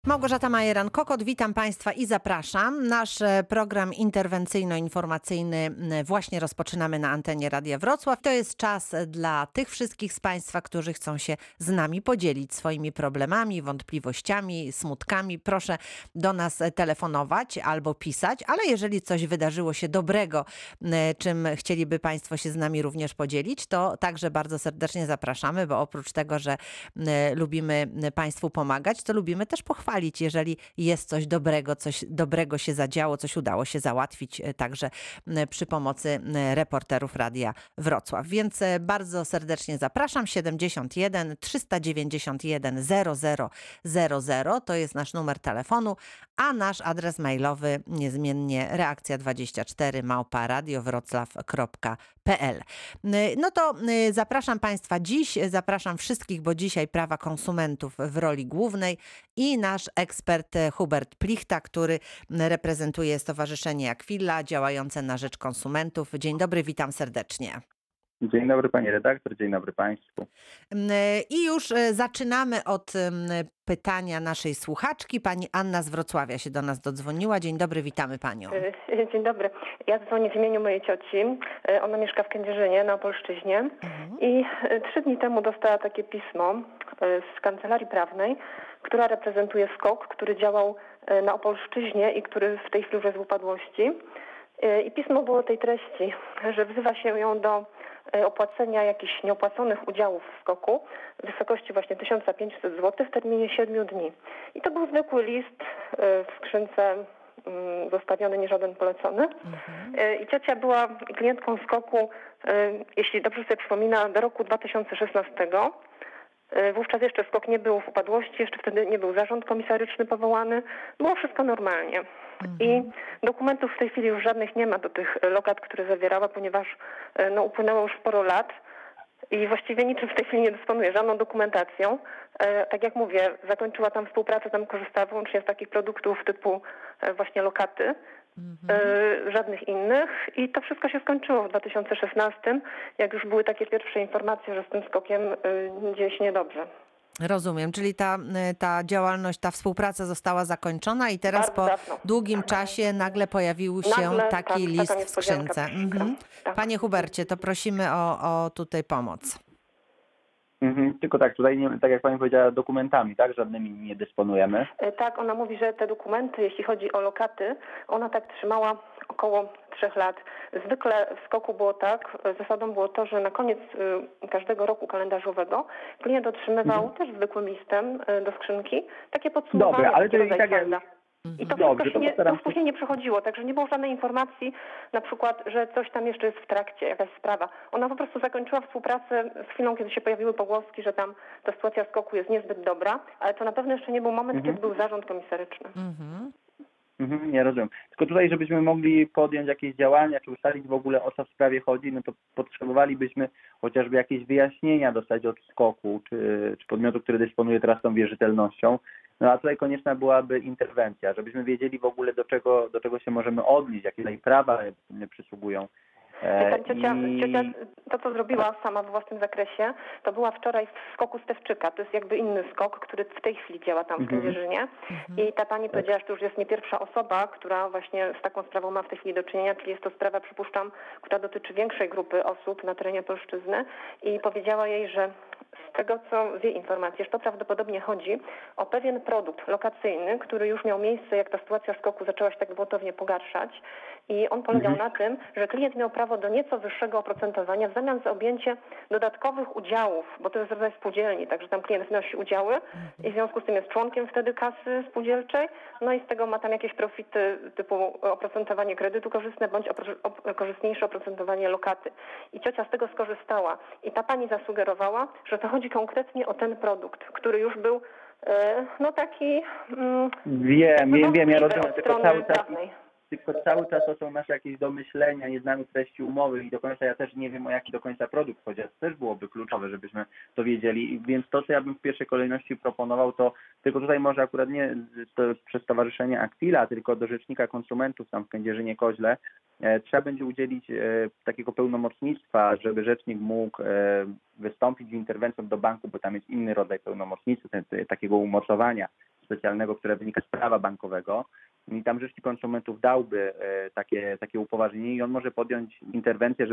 Małgorzata Majeran-Kokot, witam Państwa i zapraszam. Nasz program interwencyjno-informacyjny właśnie rozpoczynamy na antenie Radia Wrocław. To jest czas dla tych wszystkich z Państwa, którzy chcą się z nami podzielić swoimi problemami, wątpliwościami, smutkami. Proszę do nas telefonować albo pisać, ale jeżeli coś wydarzyło się dobrego, czym chcieliby Państwo się z nami również podzielić, to także bardzo serdecznie zapraszamy, bo oprócz tego, że lubimy Państwu pomagać, to lubimy też pochwalić, jeżeli jest coś dobrego się zadziało, coś udało się załatwić także przy pomocy reporterów Radia Wrocław. Więc bardzo serdecznie zapraszam. 71 391 0000 to jest nasz numer telefonu, a nasz adres mailowy niezmiennie reakcja24@radiowroclaw.pl. No to zapraszam Państwa dziś, zapraszam wszystkich, bo dzisiaj prawa konsumentów w roli głównej i nasz ekspert Hubert Plichta, który reprezentuje Stowarzyszenie Aquila działające na rzecz konsumentów. Dzień dobry, witam serdecznie. Dzień dobry pani redaktor, dzień dobry państwu. I już zaczynamy od pytania naszej słuchaczki. Pani Anna z Wrocławia się do nas dodzwoniła. Dzień dobry, witamy panią. Dzień dobry. Ja dzwonię w imieniu mojej cioci. Ona mieszka w Kędzierzynie na Opolszczyźnie i 3 dni temu dostała takie pismo z kancelarii prawnej, która reprezentuje SKOK, który działał na Opolszczyźnie i który w tej chwili już jest w upadłości. I pismo było tej treści, że wzywa się ją do opłacenia jakichś nieopłaconych udziałów w SKOK-u w wysokości właśnie 1500 zł w terminie 7 dni. I to był zwykły list w skrzynce zostawiony, nie żaden polecony. I ciocia była klientką SKOK-u, jeśli dobrze sobie przypomina, do roku 2016. Wówczas jeszcze SKOK nie był w upadłości, jeszcze wtedy nie był zarząd komisaryczny powołany. Było wszystko normalnie. I dokumentów w tej chwili już żadnych nie ma do tych lokat, które zawierała, ponieważ upłynęło już sporo lat i właściwie niczym w tej chwili nie dysponuje, żadną dokumentacją. Tak jak mówię, zakończyła tam współpracę, tam korzystała wyłącznie z takich produktów typu właśnie lokaty. Żadnych innych i to wszystko się skończyło w 2016, jak już były takie pierwsze informacje, że z tym SKOK-iem dzieje się niedobrze. Rozumiem, czyli ta działalność, ta współpraca została zakończona i teraz po długim czasie nagle pojawił się taki list w skrzynce. Tak. Panie Hubercie, to prosimy o tutaj pomoc. Tylko tak, tutaj nie, tak jak pani powiedziała, dokumentami, tak? Żadnymi nie dysponujemy. Tak, ona mówi, że te dokumenty, jeśli chodzi o lokaty, ona tak trzymała około 3 lat. Zwykle w SKOK-u było tak, zasadą było to, że na koniec każdego roku kalendarzowego klient otrzymywał też zwykłym listem do skrzynki takie podsumowanie. Dobrze, ale to i tak I to wszystko to później nie przechodziło, także nie było żadnej informacji, na przykład, że coś tam jeszcze jest w trakcie, jakaś sprawa. Ona po prostu zakończyła współpracę z chwilą, kiedy się pojawiły pogłoski, że tam ta sytuacja SKOK-u jest niezbyt dobra, ale to na pewno jeszcze nie był moment, kiedy był zarząd komisaryczny. Nie rozumiem. Tylko tutaj, żebyśmy mogli podjąć jakieś działania, czy ustalić w ogóle, o co w sprawie chodzi, no to potrzebowalibyśmy chociażby jakieś wyjaśnienia dostać od SKOK-u, czy podmiotu, który dysponuje teraz tą wierzytelnością. No a tutaj konieczna byłaby interwencja, żebyśmy wiedzieli w ogóle, do czego się możemy odnieść, jakie tutaj prawa przysługują. Ciocia, to co zrobiła sama we własnym zakresie, to była wczoraj w SKOK-u Stewczyka. To jest jakby inny SKOK, który w tej chwili działa tam w Kędzierzynie. I ta pani powiedziała, że to już jest nie pierwsza osoba, która właśnie z taką sprawą ma w tej chwili do czynienia, czyli jest to sprawa, przypuszczam, która dotyczy większej grupy osób na terenie Polszczyzny. I powiedziała jej, że z tego, co z jej informacji, że to prawdopodobnie chodzi o pewien produkt lokacyjny, który już miał miejsce, jak ta sytuacja w SKOK-u zaczęła się tak gwałtownie pogarszać. I on polegał na tym, że klient miał prawo do nieco wyższego oprocentowania w zamian za objęcie dodatkowych udziałów, bo to jest rodzaj spółdzielni, także tam klient wnosi udziały i w związku z tym jest członkiem wtedy kasy spółdzielczej, no i z tego ma tam jakieś profity typu oprocentowanie kredytu korzystne bądź korzystniejsze oprocentowanie lokaty. I ciocia z tego skorzystała. I ta pani zasugerowała, że to chodzi konkretnie o ten produkt, który już był taki... Wiem, ja rozumiem, tylko cały czas to są nasze jakieś domyślenia, nie znamy treści umowy i do końca ja też nie wiem, o jaki do końca produkt chodzi. To też byłoby kluczowe, żebyśmy to wiedzieli. Więc to, co ja bym w pierwszej kolejności proponował, to tylko tutaj może akurat nie przez Stowarzyszenie Aquila, tylko do Rzecznika Konsumentów tam w Kędzierzynie-Koźle trzeba będzie udzielić takiego pełnomocnictwa, żeby rzecznik mógł wystąpić z interwencją do banku, bo tam jest inny rodzaj pełnomocnictwa, takiego umocowania specjalnego, które wynika z prawa bankowego. I tam Rzecznik Konsumentów dałby takie upoważnienie i on może podjąć interwencję,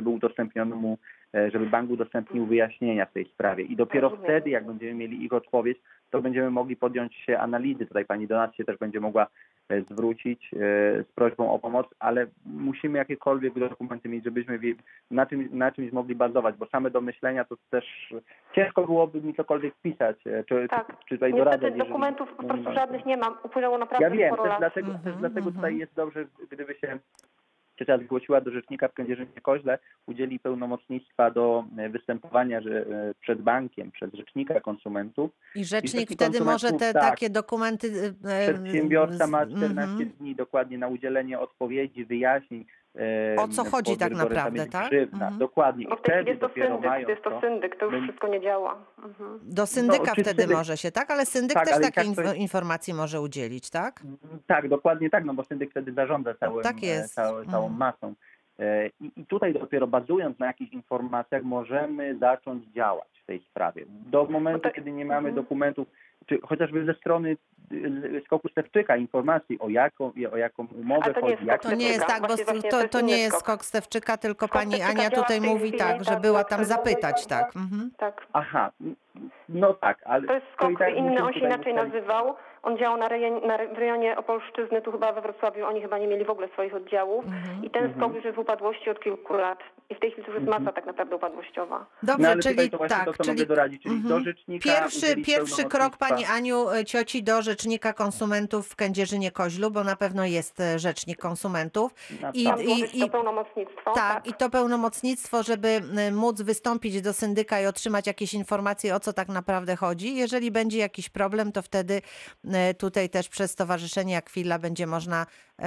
żeby bank udostępnił wyjaśnienia w tej sprawie. I dopiero wtedy, jak będziemy mieli ich odpowiedź, to będziemy mogli podjąć się analizy. Tutaj pani do nas się też będzie mogła zwrócić z prośbą o pomoc, ale musimy jakiekolwiek dokumenty mieć, żebyśmy na czymś mogli bazować, bo same domyślenia to też ciężko byłoby mi cokolwiek wpisać, czy tutaj doradzać. Niestety dokumentów po prostu żadnych nie mam. Upłynęło naprawdę sporo lat. Też dlatego tutaj jest dobrze, gdyby się ciocia zgłosiła do rzecznika w Kędzierzynie-Koźle, udzieli pełnomocnictwa do występowania przed bankiem, przez rzecznika konsumentów. I rzecznik wtedy może takie dokumenty... Przedsiębiorca ma 14 dni dokładnie na udzielenie odpowiedzi, wyjaśnień. O co chodzi tak naprawdę, tak? Dokładnie. Bo w tej chwili jest to syndyk, to już wszystko nie działa. Do syndyka wtedy może się, tak? Ale syndyk też takiej informacji może udzielić, tak? Tak, dokładnie tak, no bo syndyk wtedy zarządza całą masą. I tutaj dopiero bazując na jakichś informacjach możemy zacząć działać w tej sprawie. Do momentu, kiedy nie mamy dokumentów, czy chociażby ze strony SKOK-u Stefczyka informacji o jaką umowę chodzi. To nie jest tak, bo to nie jest SKOK Stefczyka, tylko pani Ania tutaj mówi tak, że była tam zapytać, tak. Tak. Aha, no tak, ale... To jest SKOK inny, on się inaczej nazywał. On działał w rejonie Opolszczyzny, tu chyba we Wrocławiu, oni chyba nie mieli w ogóle swoich oddziałów. I ten SKOK już jest w upadłości od kilku lat. I w tej chwili to już jest masa tak naprawdę upadłościowa. Dobrze, czyli mogę doradzić, czyli do rzecznika... Pierwszy krok, pani Aniu, cioci, do Rzecznika Konsumentów w Kędzierzynie-Koźlu, bo na pewno jest Rzecznik Konsumentów. I to pełnomocnictwo. Tak, i to pełnomocnictwo, żeby móc wystąpić do syndyka i otrzymać jakieś informacje, o co tak naprawdę chodzi. Jeżeli będzie jakiś problem, to wtedy tutaj też przez Stowarzyszenie Aquila będzie można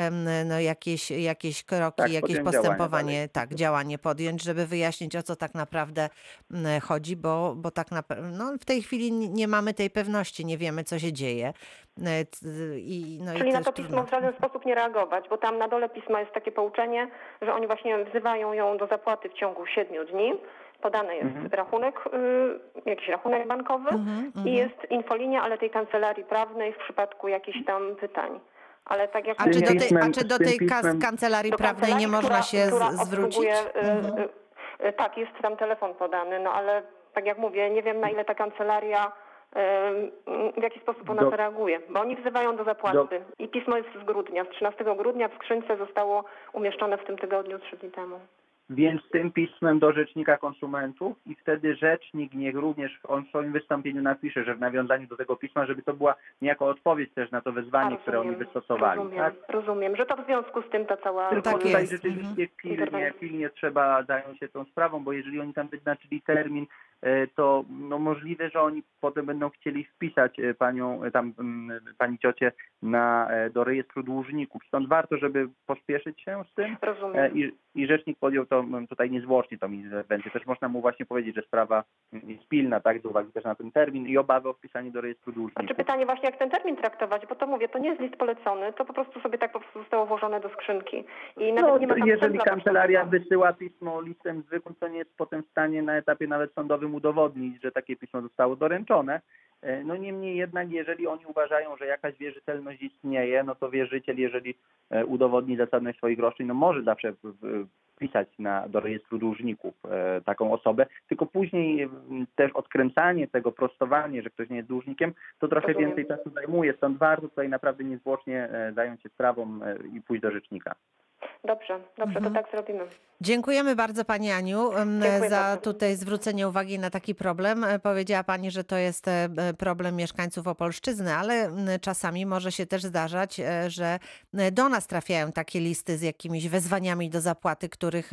jakieś kroki, jakieś postępowanie, działanie podjąć, żeby wyjaśnić, o co tak naprawdę chodzi, bo tak naprawdę w tej chwili nie mamy tej pewności, nie wiemy, co się dzieje. Czyli na to pismo w żaden sposób nie reagować, bo tam na dole pisma jest takie pouczenie, że oni właśnie wzywają ją do zapłaty w ciągu 7 dni. Podany jest jakiś rachunek bankowy i jest infolinia, ale tej kancelarii prawnej w przypadku jakichś tam pytań. Ale tak jak czy do tej kancelarii prawnej nie można się zwrócić? Tak, jest tam telefon podany, ale tak jak mówię, nie wiem, na ile ta kancelaria, w jaki sposób ona zareaguje, bo oni wzywają do zapłaty i pismo jest z grudnia, z 13 grudnia w skrzynce zostało umieszczone w tym tygodniu 3 dni temu. Więc tym pismem do Rzecznika Konsumentów i wtedy rzecznik niech również w swoim wystąpieniu napisze, że w nawiązaniu do tego pisma, żeby to była niejako odpowiedź też na to wezwanie, które oni wystosowali. Rozumiem, że to w związku z tym ta cała... Tylko tutaj rzeczywiście pilnie trzeba zająć się tą sprawą, bo jeżeli oni tam wyznaczyli termin, to możliwe, że oni potem będą chcieli wpisać pani ciocię do rejestru dłużników. Stąd warto, żeby pospieszyć się z tym. Rozumiem. I rzecznik podjął to tutaj niezwłocznie tą interwencję. Też można mu właśnie powiedzieć, że sprawa jest pilna, tak, z uwagi też na ten termin i obawy o wpisanie do rejestru dłużników. Czy pytanie właśnie, jak ten termin traktować, bo to mówię, to nie jest list polecony, to po prostu sobie tak zostało włożone do skrzynki. I nawet nie ma tam jeżeli kancelaria wysyła pismo listem zwykłym, to nie jest potem w stanie na etapie nawet sądowym udowodnić, że takie pismo zostało doręczone. Niemniej jednak, jeżeli oni uważają, że jakaś wierzytelność istnieje, to wierzyciel, jeżeli udowodni zasadność swoich roszczeń, może zawsze wpisać do rejestru dłużników taką osobę, tylko później też odkręcanie tego, prostowanie, że ktoś nie jest dłużnikiem, to trochę więcej czasu zajmuje. Stąd warto tutaj naprawdę niezwłocznie zająć się sprawą i pójść do rzecznika. Dobrze, to tak zrobimy. Dziękujemy bardzo pani Aniu za tutaj zwrócenie uwagi na taki problem. Powiedziała pani, że to jest problem mieszkańców Opolszczyzny, ale czasami może się też zdarzać, że do nas trafiają takie listy z jakimiś wezwaniami do zapłaty,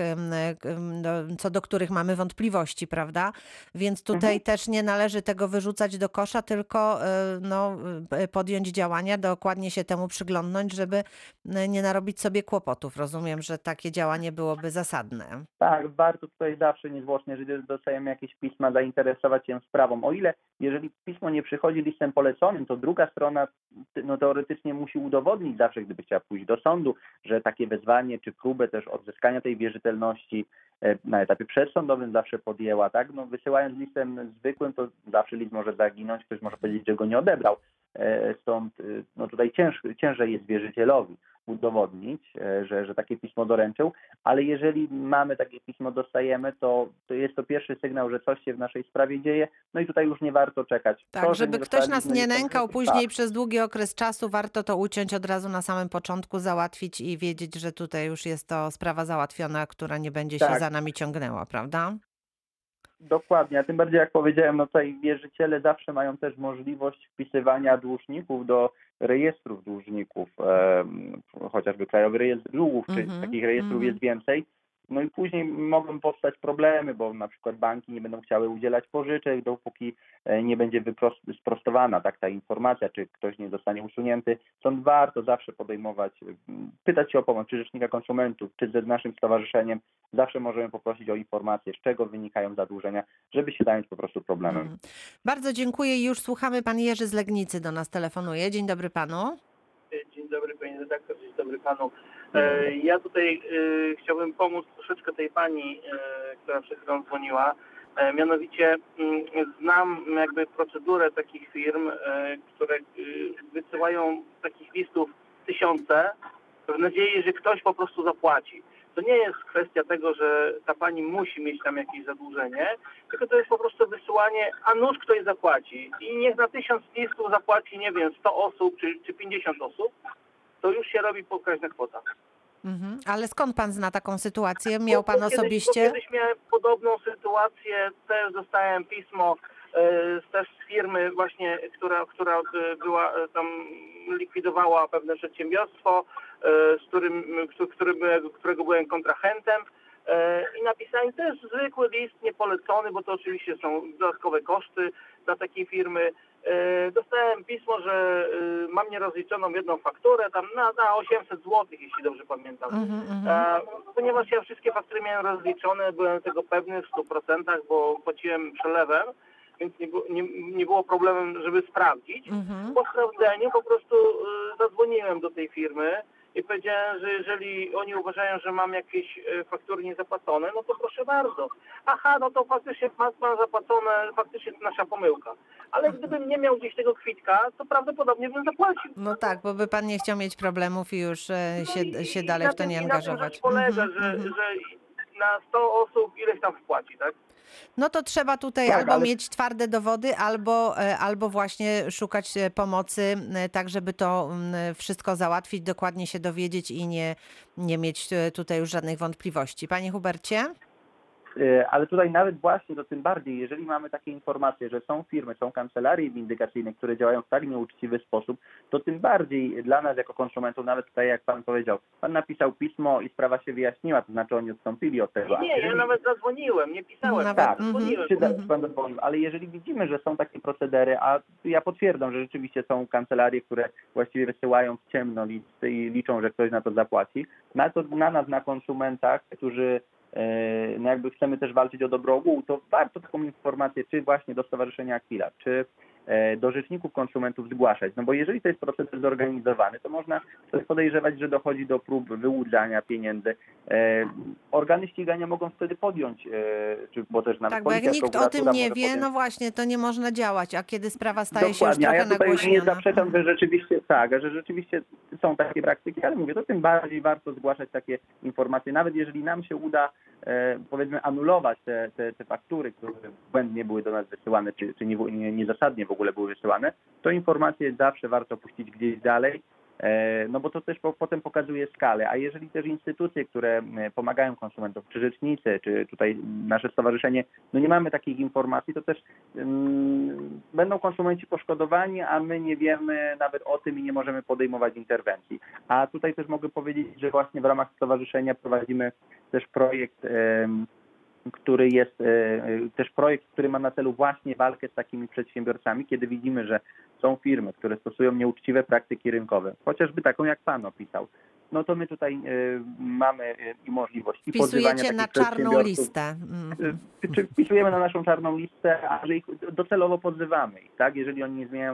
co do których mamy wątpliwości, prawda? Więc tutaj też nie należy tego wyrzucać do kosza, tylko podjąć działania, dokładnie się temu przyglądnąć, żeby nie narobić sobie kłopotów. Rozumiem, że takie działanie byłoby zasadne. Tak, warto tutaj zawsze niezwłocznie, jeżeli dostajemy jakieś pisma, zainteresować się sprawą. O ile, jeżeli pismo nie przychodzi listem poleconym, to druga strona teoretycznie musi udowodnić zawsze, gdyby chciała pójść do sądu, że takie wezwanie czy próbę też odzyskania tej wierzytelności na etapie przedsądowym zawsze podjęła, tak? No, wysyłając listem zwykłym, to zawsze list może zaginąć, ktoś może powiedzieć, że go nie odebrał. Stąd no tutaj ciężej jest wierzycielowi udowodnić, że takie pismo doręczył, ale jeżeli mamy takie pismo, dostajemy, to jest to pierwszy sygnał, że coś się w naszej sprawie dzieje, no i tutaj już nie warto czekać. Tak, to, żeby ktoś nas nie nękał później przez długi okres czasu, warto to uciąć od razu na samym początku, załatwić i wiedzieć, że tutaj już jest to sprawa załatwiona, która nie będzie się za nami ciągnęła, prawda? Dokładnie, a tym bardziej jak powiedziałem, no tutaj wierzyciele zawsze mają też możliwość wpisywania dłużników do rejestrów dłużników, chociażby Krajowy Rejestr Długów, czy takich rejestrów jest więcej. No i później mogą powstać problemy, bo na przykład banki nie będą chciały udzielać pożyczek, dopóki nie będzie sprostowana ta informacja, czy ktoś nie zostanie usunięty. Stąd warto zawsze podejmować, pytać się o pomoc, czy Rzecznika Konsumentów, czy z naszym stowarzyszeniem. Zawsze możemy poprosić o informacje, z czego wynikają zadłużenia, żeby się zająć po prostu problemem. Bardzo dziękuję i już słuchamy. Pan Jerzy z Legnicy do nas telefonuje. Dzień dobry panu. Dzień dobry pani redaktor, dzień dobry panu. Ja tutaj chciałbym pomóc troszeczkę tej pani, która przed chwilą dzwoniła. Mianowicie znam jakby procedurę takich firm, które wysyłają takich listów tysiące w nadziei, że ktoś po prostu zapłaci. To nie jest kwestia tego, że ta pani musi mieć tam jakieś zadłużenie, tylko to jest po prostu wysyłanie, a nuż ktoś zapłaci. I niech na 1000 listów zapłaci, nie wiem, 100 osób czy 50 osób, to już się robi pokaźna kwota. Ale skąd pan zna taką sytuację? Miał pan osobiście? Kiedyś miałem podobną sytuację, też dostałem pismo też z firmy właśnie, która była tam, likwidowała pewne przedsiębiorstwo, którego byłem kontrahentem i napisałem też zwykły list, niepolecony, bo to oczywiście są dodatkowe koszty dla takiej firmy. Dostałem pismo, że mam nierozliczoną jedną fakturę tam na 800 zł, jeśli dobrze pamiętam. Ponieważ ja wszystkie faktury miałem rozliczone, byłem tego pewny w 100%, bo płaciłem przelewem, więc nie było problemem, żeby sprawdzić. Po sprawdzeniu po prostu zadzwoniłem do tej firmy i powiedziałem, że jeżeli oni uważają, że mam jakieś faktury niezapłacone, no to proszę bardzo. Aha, no to faktycznie mam zapłacone, faktycznie to nasza pomyłka. Ale gdybym nie miał gdzieś tego kwitka, to prawdopodobnie bym zapłacił. No tak, bo by pan nie chciał mieć problemów i już się dalej w to nie angażować. I na tym polega, że na 100 osób ileś tam wpłaci, tak? No to trzeba tutaj albo mieć twarde dowody, albo właśnie szukać pomocy, tak żeby to wszystko załatwić, dokładnie się dowiedzieć i nie mieć tutaj już żadnych wątpliwości. Panie Hubercie? Ale tutaj nawet właśnie to tym bardziej, jeżeli mamy takie informacje, że są firmy, są kancelarie windykacyjne, które działają w tak nieuczciwy sposób, to tym bardziej dla nas jako konsumentów, nawet tutaj jak pan powiedział, pan napisał pismo i sprawa się wyjaśniła, to znaczy oni odstąpili od tego. Nie, ja nawet zadzwoniłem, nie pisałem. Tak, pan zadzwonił, ale jeżeli widzimy, że są takie procedery, a ja potwierdzam, że rzeczywiście są kancelarie, które właściwie wysyłają w ciemno listy i liczą, że ktoś na to zapłaci, to na nas, na konsumentach, którzy no jakby chcemy też walczyć o dobro ogółu, to warto taką informację, czy właśnie do Stowarzyszenia Aquila, czy do rzeczników konsumentów zgłaszać. No bo jeżeli to jest proceder zorganizowany, to można podejrzewać, że dochodzi do prób wyłudzania pieniędzy. Organy ścigania mogą wtedy podjąć, bo też nawet bo jak nikt o tym nie wie, no właśnie, to nie można działać, a kiedy sprawa staje się już trochę nagłośniona. Nie zaprzeczam, że rzeczywiście że rzeczywiście są takie praktyki, ale mówię, to tym bardziej warto zgłaszać takie informacje, nawet jeżeli nam się uda powiedzmy anulować te faktury, które błędnie były do nas wysyłane, czy niezasadnie w ogóle były wysyłane, to informacje zawsze warto puścić gdzieś dalej, no bo to też potem pokazuje skalę, a jeżeli też instytucje, które pomagają konsumentom, czy rzecznicy, czy tutaj nasze stowarzyszenie, no nie mamy takich informacji, to też będą konsumenci poszkodowani, a my nie wiemy nawet o tym i nie możemy podejmować interwencji. A tutaj też mogę powiedzieć, że właśnie w ramach stowarzyszenia prowadzimy też projekt, który ma na celu właśnie walkę z takimi przedsiębiorcami, kiedy widzimy, że są firmy, które stosują nieuczciwe praktyki rynkowe, chociażby taką jak pan opisał, no to my tutaj mamy możliwość i podzywania takich na czarną listę. Czy wpisujemy na naszą czarną listę, a że ich docelowo podzywamy ich, tak? Jeżeli oni nie zmieniają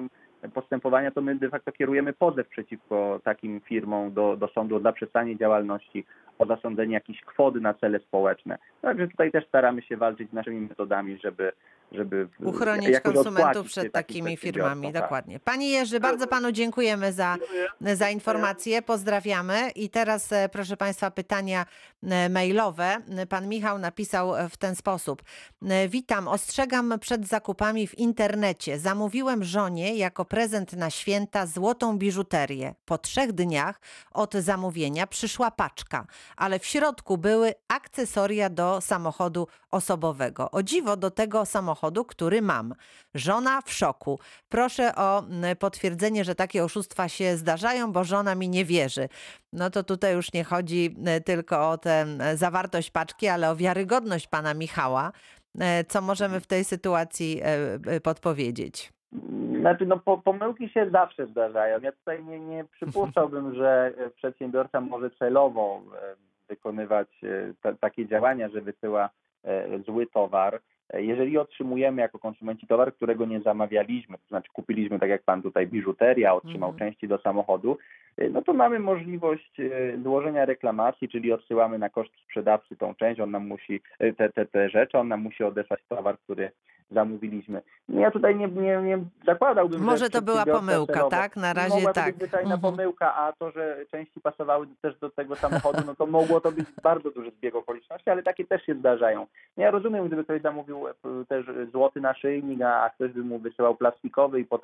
postępowania, to my de facto kierujemy pozew przeciwko takim firmom do sądu za przestanie działalności, o zasądzenie jakichś kwot na cele społeczne. Także tutaj też staramy się walczyć naszymi metodami, żeby uchronić jakoś konsumentów odpłacić przed się takimi takim firmami. przedsiębiorcom, tak. Dokładnie. Panie Jerzy, bardzo panu dziękujemy za informacje. Pozdrawiamy. I teraz, proszę państwa, pytania mailowe. Pan Michał napisał w ten sposób. Witam, ostrzegam przed zakupami w internecie. Zamówiłem żonie jako prezent na święta złotą biżuterię. Po 3 dniach od zamówienia przyszła paczka, ale w środku były akcesoria do samochodu osobowego. O dziwo do tego samochodu, który mam. Żona w szoku. Proszę o potwierdzenie, że takie oszustwa się zdarzają, bo żona mi nie wierzy. No to tutaj już nie chodzi tylko o tę zawartość paczki, ale o wiarygodność pana Michała. Co możemy w tej sytuacji podpowiedzieć? Znaczy, pomyłki się zawsze zdarzają. Ja tutaj nie przypuszczałbym, że przedsiębiorca może celowo wykonywać takie działania, że wysyła zły towar. Jeżeli otrzymujemy jako konsumenci towar, którego nie zamawialiśmy, to znaczy kupiliśmy, tak jak pan tutaj, biżuterię, a otrzymał części do samochodu, no to mamy możliwość złożenia reklamacji, czyli odsyłamy na koszt sprzedawcy tą część, on nam musi, te rzeczy, on nam musi odesłać towar, który zamówiliśmy. Ja tutaj nie zakładałbym, może że to była pomyłka, celowo. tak? Na razie mogła tak. To być zwyczajna pomyłka, a to, że części pasowały też do tego samochodu, no to mogło to być bardzo duży zbieg okoliczności, ale takie też się zdarzają. Ja rozumiem, gdyby ktoś zamówił też złoty naszyjnik, a ktoś by mu wysyłał plastikowy i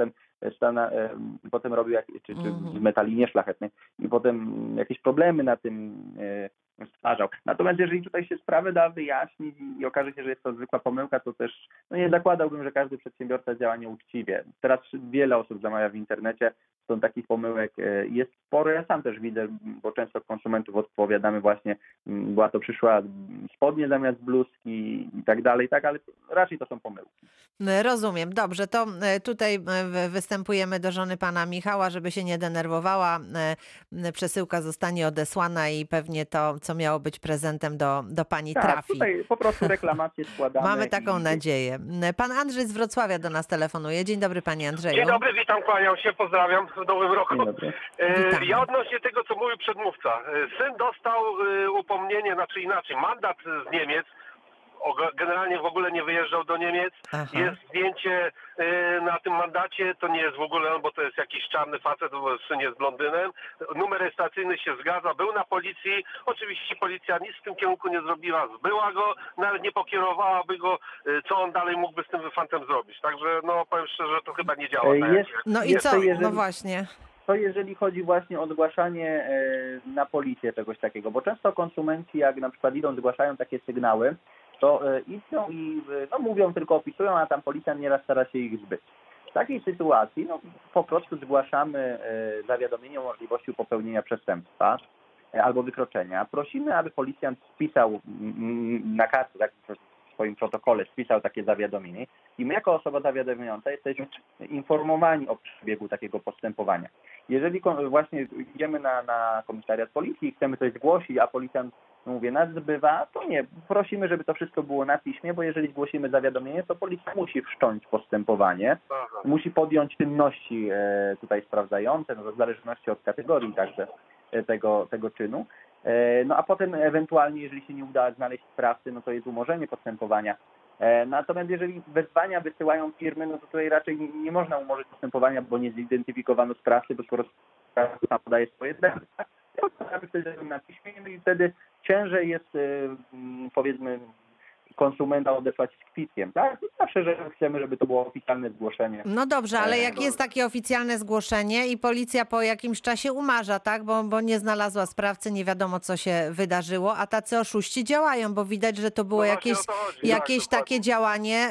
potem robił czy z metali nieszlachetnej i potem jakieś problemy na tym stwarzał. Natomiast jeżeli tutaj się sprawę da wyjaśnić i okaże się, że jest to zwykła pomyłka, to też nie zakładałbym, że każdy przedsiębiorca działa nieuczciwie. Teraz wiele osób zamawia w internecie, stąd takich pomyłek jest sporo. Ja sam też widzę, bo często konsumentów odpowiadamy właśnie, przyszła spodnie zamiast bluzki i tak dalej, tak, ale raczej to są pomyłki. Rozumiem. Dobrze, to tutaj występujemy do żony pana Michała, żeby się nie denerwowała. Przesyłka zostanie odesłana i pewnie to, co miało być prezentem do pani, tak, trafi. Tutaj po prostu reklamację składamy. Mamy taką nadzieję. Pan Andrzej z Wrocławia do nas telefonuje. Dzień dobry, panie Andrzeju. Dzień dobry, witam, kłaniam się, pozdrawiam w nowym roku. Dzień dobry. Ja odnośnie tego, co mówił przedmówca. Syn dostał upomnienie, znaczy inaczej, mandat z Niemiec. Generalnie w ogóle nie wyjeżdżał do Niemiec. Aha. Jest zdjęcie na tym mandacie, to nie jest w ogóle on, bo to jest jakiś czarny facet, bo syn jest blondynem. Numer rejestracyjny się zgadza, był na policji. Oczywiście policja nic w tym kierunku nie zrobiła, zbyła go, nawet nie pokierowałaby go, co on dalej mógłby z tym fantem zrobić. Także no powiem szczerze, to chyba nie działa. No i co? No właśnie. To jeżeli chodzi właśnie o zgłaszanie na policję czegoś takiego, bo często konsumenci, jak na przykład idą, zgłaszają takie sygnały, to idą i mówią, tylko opisują, a tam policjant nieraz stara się ich zbyć. W takiej sytuacji po prostu zgłaszamy zawiadomienie o możliwości popełnienia przestępstwa albo wykroczenia. Prosimy, aby policjant spisał na kartce, tak, w swoim protokole spisał takie zawiadomienie i my jako osoba zawiadamiająca jesteśmy informowani o przebiegu takiego postępowania. Jeżeli właśnie idziemy na komisariat policji i chcemy coś zgłosić, a policjant nas zbywa, to nie. Prosimy, żeby to wszystko było na piśmie, bo jeżeli zgłosimy zawiadomienie, to policja musi wszcząć postępowanie, musi podjąć czynności tutaj sprawdzające, w zależności od kategorii także tego czynu. No a potem ewentualnie, jeżeli się nie uda znaleźć sprawcy, no to jest umorzenie postępowania. Natomiast jeżeli wezwania wysyłają firmy, no to tutaj raczej nie można umorzyć postępowania, bo nie zidentyfikowano sprawcy, bo skoro sprawca sam podaje swoje dane. To wtedy na piśmie i wtedy ciężej jest, powiedzmy, konsumenta odesłać z kwitkiem, tak? Zawsze, że chcemy, żeby to było oficjalne zgłoszenie. No dobrze, ale jak jest takie oficjalne zgłoszenie i policja po jakimś czasie umarza, tak? Bo nie znalazła sprawcy, nie wiadomo, co się wydarzyło, a tacy oszuści działają, bo widać, że to było jakieś takie działanie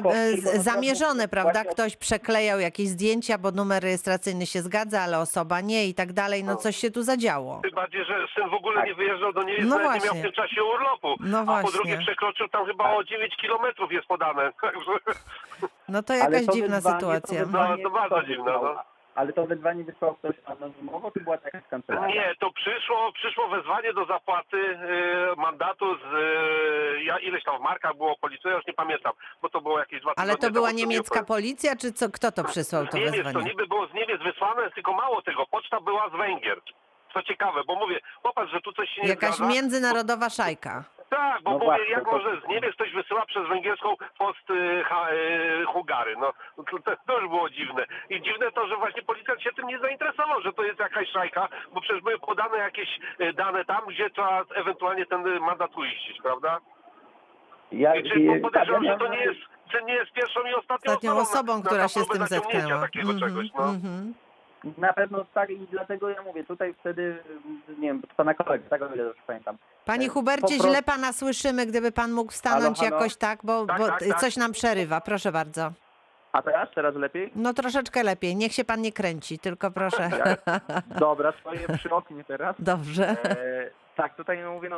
zamierzone, prawda? Ktoś przeklejał jakieś zdjęcia, bo numer rejestracyjny się zgadza, ale osoba nie i tak dalej. No coś się tu zadziało. Tym bardziej, że syn w ogóle nie wyjeżdżał do Niemiec, No nawet nie miał w tym czasie urlopu. No a właśnie. po drugie przekroczył tam chyba o 9 kilometrów jest podane. Także... No to jakaś dziwna sytuacja. To bardzo dziwna. Ale to wezwanie wysłał ktoś anonimowo, czy była taka z kancelarii? Nie, to przyszło wezwanie do zapłaty mandatu z ileś tam w markach było policja, ja już nie pamiętam, bo to było jakieś 2 tygodnie Ale to była temu, niemiecka policja, czy co? Kto to przysłał z to Niemiec, to wezwanie? niby było z Niemiec wysłane, tylko mało tego, poczta była z Węgier. Co ciekawe, bo mówię, popatrz, że tu coś się nie Jakaś zgadza. międzynarodowa szajka. Tak, bo No mówię, właśnie, jak to- może z Niemiec ktoś wysyła przez węgierską post Hungary. No to już było dziwne. I dziwne to, że właśnie policjant się tym nie zainteresował, że to jest jakaś szajka, bo przecież były podane jakieś dane tam, gdzie trzeba ewentualnie ten mandat uiścić, prawda? I podejrzewam, że to nie jest pierwszą i ostatnią osobą, która się z tym zaciągnięcia zetknęła. takiego czegoś, no. Na pewno tak i dlatego ja mówię, tutaj wtedy, nie wiem, pana kolega, tak o ile dobrze pamiętam. Panie Po Hubercie, prostu- źle pana słyszymy, gdyby pan mógł stanąć Halo? jakoś tak, bo Tak. coś nam przerywa. Proszę bardzo. A teraz? Teraz lepiej? No troszeczkę lepiej. Niech się pan nie kręci, tylko proszę. Dobra, stoję przy oknie teraz. Dobrze. Tak, tutaj mówię,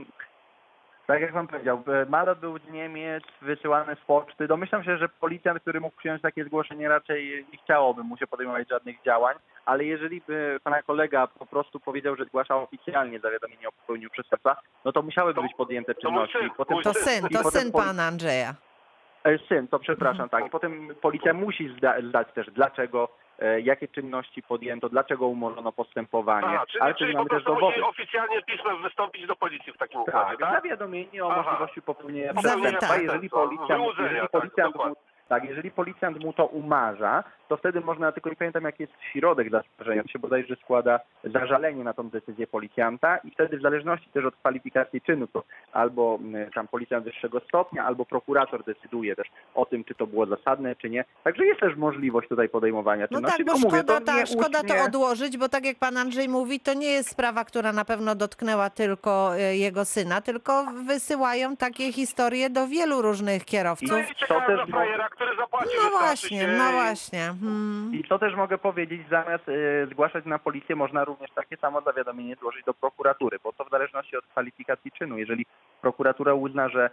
tak jak pan powiedział, mandat był z Niemiec, wysyłany z poczty. Domyślam się, że policjant, który mógł przyjąć takie zgłoszenie, raczej nie chciałoby mu się podejmować żadnych działań, ale jeżeli by pana kolega po prostu powiedział, że zgłasza oficjalnie zawiadomienie o popełnieniu przestępstwa, no to musiałyby być podjęte czynności. To syn pana Andrzeja. Syn, to przepraszam, tak. I potem policja musi zdać też, dlaczego, jakie czynności podjęto, dlaczego umorzono postępowanie. Aha, czyli po prostu musi oficjalnie pismem wystąpić do policji w takim układzie, tak? Zawiadomienie o możliwości popełnienia Popełnienia przestępstwa. przestępstwa. Jeżeli policjant mu to umarza, to wtedy można, tylko nie pamiętam jaki jest środek zaskarżenia, to się bodajże składa zażalenie na tą decyzję policjanta i wtedy w zależności też od kwalifikacji czynu, to albo tam policjant wyższego stopnia, albo prokurator decyduje też o tym, czy to było zasadne, czy nie. Także jest też możliwość tutaj podejmowania No czynności. tak, bo szkoda to nie... odłożyć, bo tak jak pan Andrzej mówi, to nie jest sprawa, która na pewno dotknęła tylko jego syna, tylko wysyłają takie historie do wielu różnych kierowców. No i czekają na frajera, który zapłaci. No właśnie. I co też mogę powiedzieć, zamiast zgłaszać na policję, można również takie samo zawiadomienie złożyć do prokuratury, bo to w zależności od kwalifikacji czynu. Jeżeli prokuratura uzna, że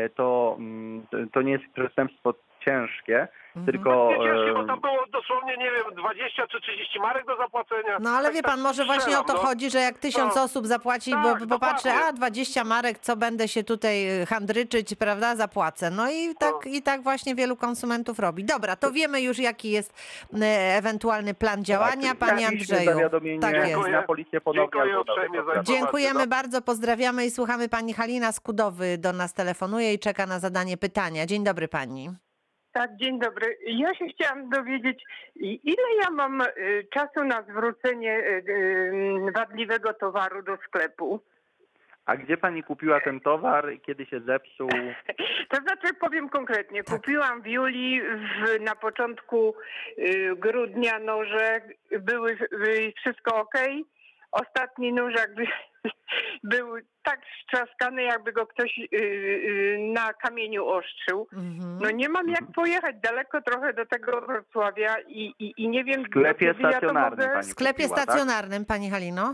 to nie jest przestępstwo ciężkie, tylko... Ciężkie, bo tam było dosłownie, nie wiem, 20 czy 30 marek do zapłacenia. No ale wie pan, może właśnie o to chodzi, że jak 1000 osób zapłaci, bo patrzy, 20 marek, co będę się tutaj handryczyć, prawda, zapłacę. No i tak właśnie wielu konsumentów robi. Dobra, to wiemy już, jaki jest ewentualny plan działania, panie Andrzeju. Tak jest. Na policję ponownie. Dziękujemy bardzo, pozdrawiamy i słuchamy. Pani Halina Skudowy do nas telefonuje i czeka na zadanie pytania. Dzień dobry pani. Tak, dzień dobry. Ja się chciałam dowiedzieć, ile ja mam czasu na zwrócenie wadliwego towaru do sklepu? A gdzie pani kupiła ten towar i kiedy się zepsuł? To znaczy, powiem konkretnie. Kupiłam w Julii, na początku grudnia noże, były wszystko okej. Ostatni nóż jakby był tak strzaskany, jakby go ktoś na kamieniu ostrzył. No nie mam jak pojechać daleko trochę do tego Wrocławia i nie wiem... W sklepie stacjonarnym pani W sklepie kupiła, stacjonarnym, pani Halino?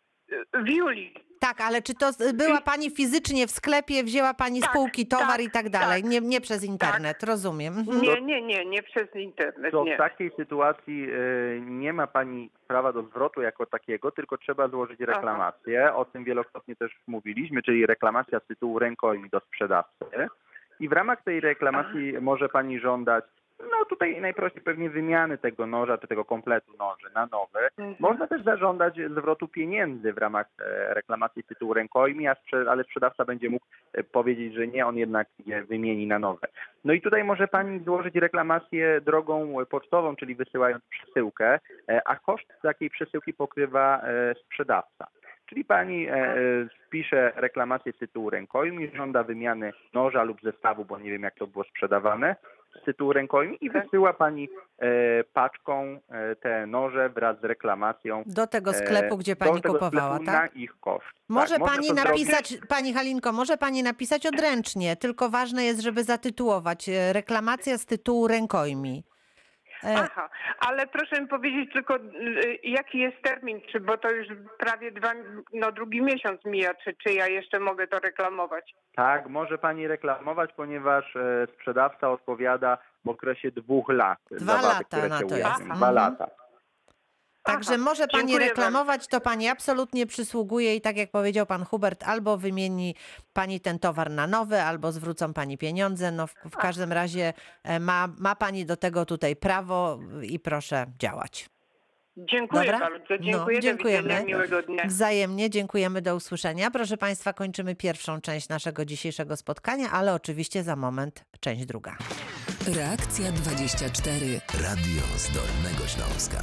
W Julii. Tak, ale czy to była pani fizycznie w sklepie, wzięła pani z półki towar i tak dalej, nie przez internet, rozumiem. Nie przez internet, To nie. w takiej sytuacji nie ma pani prawa do zwrotu jako takiego, tylko trzeba złożyć reklamację. O tym wielokrotnie też mówiliśmy, czyli reklamacja z tytułu rękojmi do sprzedawcy. I w ramach tej reklamacji może pani żądać, no tutaj najprościej pewnie wymiany tego noża, czy tego kompletu noży na nowy. Można też zażądać zwrotu pieniędzy w ramach reklamacji z tytułu rękojmi, ale sprzedawca będzie mógł powiedzieć, że nie, on jednak je wymieni na nowe. No i tutaj może pani złożyć reklamację drogą pocztową, czyli wysyłając przesyłkę, a koszt takiej przesyłki pokrywa sprzedawca. Czyli pani wpisze reklamację z tytułu rękojmi, żąda wymiany noża lub zestawu, bo nie wiem jak to było sprzedawane, z tytułu rękojmi i wysyła pani paczką te noże wraz z reklamacją. Do tego sklepu, gdzie pani kupowała, tak? Na ich koszt. Może tak, pani napisać, pani Halinko, może pani napisać odręcznie, tylko ważne jest, żeby zatytułować reklamacja z tytułu rękojmi. Aha, ale proszę mi powiedzieć tylko, jaki jest termin, bo to już prawie drugi miesiąc mija, czy ja jeszcze mogę to reklamować? Tak, może pani reklamować, ponieważ sprzedawca odpowiada w okresie 2 lat. 2 lata na to jest. 2 lata. Także może pani dziękuję reklamować, to pani absolutnie przysługuje i tak jak powiedział pan Hubert, albo wymieni pani ten towar na nowy, albo zwrócą pani pieniądze. No w każdym razie ma pani do tego tutaj prawo i proszę działać. Dziękuję Dobra? bardzo. Dziękuję. Do Dziękujemy. widzenia. Miłego dnia. Wzajemnie dziękujemy, do usłyszenia. Proszę państwa, kończymy pierwszą część naszego dzisiejszego spotkania, ale oczywiście za moment część druga. Reakcja 24. Radio z Dolnego Śląska.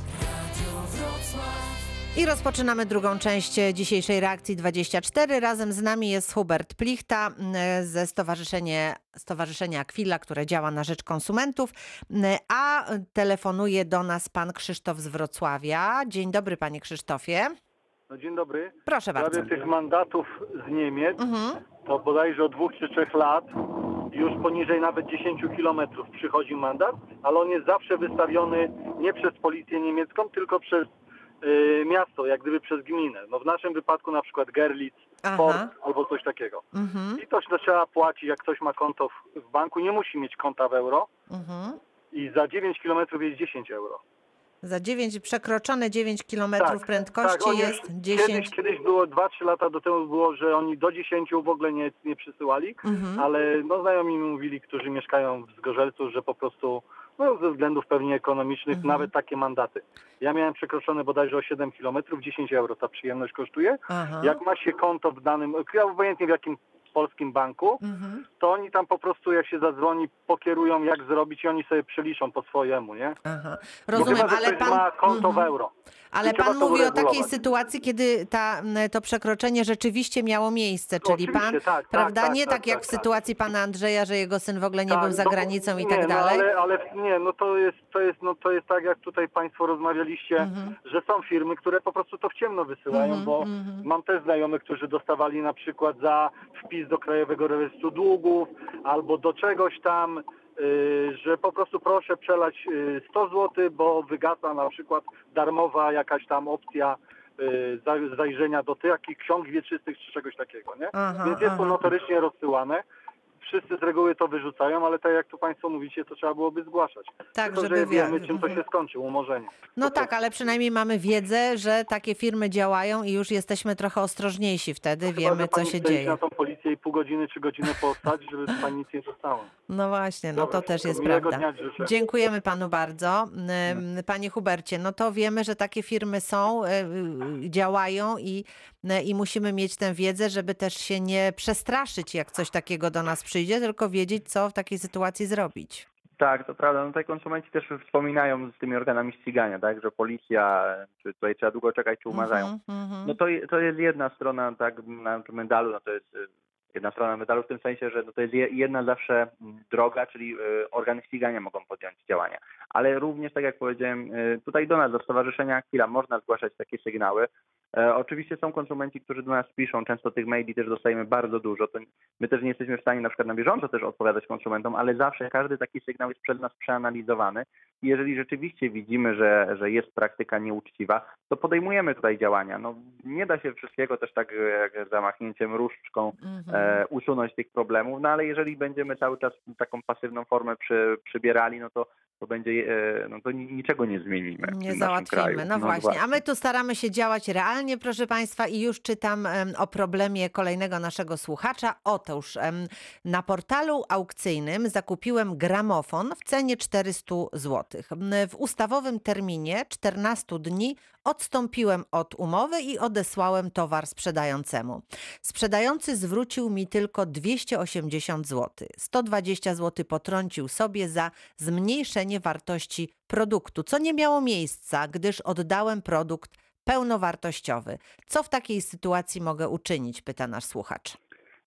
I rozpoczynamy drugą część dzisiejszej Reakcji 24. Razem z nami jest Hubert Plichta ze Stowarzyszenia Aquila, które działa na rzecz konsumentów, a telefonuje do nas pan Krzysztof z Wrocławia. Dzień dobry, panie Krzysztofie. No, dzień dobry. Proszę W bardzo. sprawie tych mandatów z Niemiec, to bodajże od 2 czy 3 lat już poniżej nawet 10 kilometrów przychodzi mandat, ale on jest zawsze wystawiony nie przez policję niemiecką, tylko przez miasto, jak gdyby przez gminę. No w naszym wypadku na przykład Görlitz, Port albo coś takiego. I to trzeba płacić, jak ktoś ma konto w banku, nie musi mieć konta w euro i za 9 kilometrów jest 10 euro. Za przekroczone 9 kilometrów prędkości tak, jest 10. Kiedyś było 2-3 lata do temu było, że oni do 10 w ogóle nie przysyłali, ale no, znajomi mi mówili, którzy mieszkają w Zgorzelcu, że po prostu ze względów pewnie ekonomicznych nawet takie mandaty. Ja miałem przekroczone bodajże o 7 kilometrów, 10 euro ta przyjemność kosztuje. Jak ma się konto w danym, obojętnie w jakim polskim banku, to oni tam po prostu jak się zadzwoni, pokierują jak zrobić i oni sobie przeliczą po swojemu, nie? Rozumiem, chyba, ale pan ma konto w euro. Ale pan mówi o takiej sytuacji, kiedy to przekroczenie rzeczywiście miało miejsce, czyli pan, tak, prawda, nie tak jak w sytuacji pana Andrzeja, że jego syn w ogóle nie był za granicą i tak dalej. To jest tak, jak tutaj państwo rozmawialiście, że są firmy, które po prostu to w ciemno wysyłają, bo mam też znajomych, którzy dostawali na przykład za wpis do Krajowego Rejestru Długów albo do czegoś tam, że po prostu proszę przelać 100 zł, bo wygasa na przykład darmowa jakaś tam opcja zajrzenia do takich ksiąg wieczystych czy czegoś takiego, nie? Więc jest to notorycznie rozsyłane. Wszyscy z reguły to wyrzucają, ale tak jak tu państwo mówicie, to trzeba byłoby zgłaszać. Tak, tylko, żeby że wiemy, czym to się skończy, umorzenie. No tak, ale przynajmniej mamy wiedzę, że takie firmy działają i już jesteśmy trochę ostrożniejsi wtedy, wiemy co się dzieje. Na tą policję i pół godziny czy godzinę postać, żeby pani nic nie zostało. No właśnie, no Dobra, to też jest miłego prawda. dnia życzę. Dziękujemy panu bardzo. Panie Hubercie, no to wiemy, że takie firmy są, działają i musimy mieć tę wiedzę, żeby też się nie przestraszyć, jak coś takiego do nas przyjdzie, tylko wiedzieć, co w takiej sytuacji zrobić. Tak, to prawda. No tutaj konsumenci też wspominają z tymi organami ścigania, tak, że policja, czy tutaj trzeba długo czekać, czy umarzają. No to jest jedna strona tak na medalu, no to jest jedna strona medalu w tym sensie, że no to jest jedna zawsze droga, czyli organy ścigania mogą podjąć działania. Ale również, tak jak powiedziałem, tutaj do nas, do Stowarzyszenia Aquila można zgłaszać takie sygnały. Oczywiście są konsumenci, którzy do nas piszą, często tych maili też dostajemy bardzo dużo, to my też nie jesteśmy w stanie na przykład na bieżąco też odpowiadać konsumentom, ale zawsze każdy taki sygnał jest przez nas przeanalizowany i jeżeli rzeczywiście widzimy, że jest praktyka nieuczciwa, to podejmujemy tutaj działania. No, nie da się wszystkiego też tak jak zamachnięciem różdżką usunąć tych problemów, no ale jeżeli będziemy cały czas taką pasywną formę przybierali, no to będzie, no to niczego nie zmienimy. Nie załatwimy, no właśnie. A my tu staramy się działać realnie, proszę państwa, i już czytam o problemie kolejnego naszego słuchacza. Otóż na portalu aukcyjnym zakupiłem gramofon w cenie 400 zł. W ustawowym terminie 14 dni odstąpiłem od umowy i odesłałem towar sprzedającemu. Sprzedający zwrócił mi tylko 280 zł. 120 zł potrącił sobie za zmniejszenie wartości produktu, co nie miało miejsca, gdyż oddałem produkt pełnowartościowy. Co w takiej sytuacji mogę uczynić? Pyta nasz słuchacz.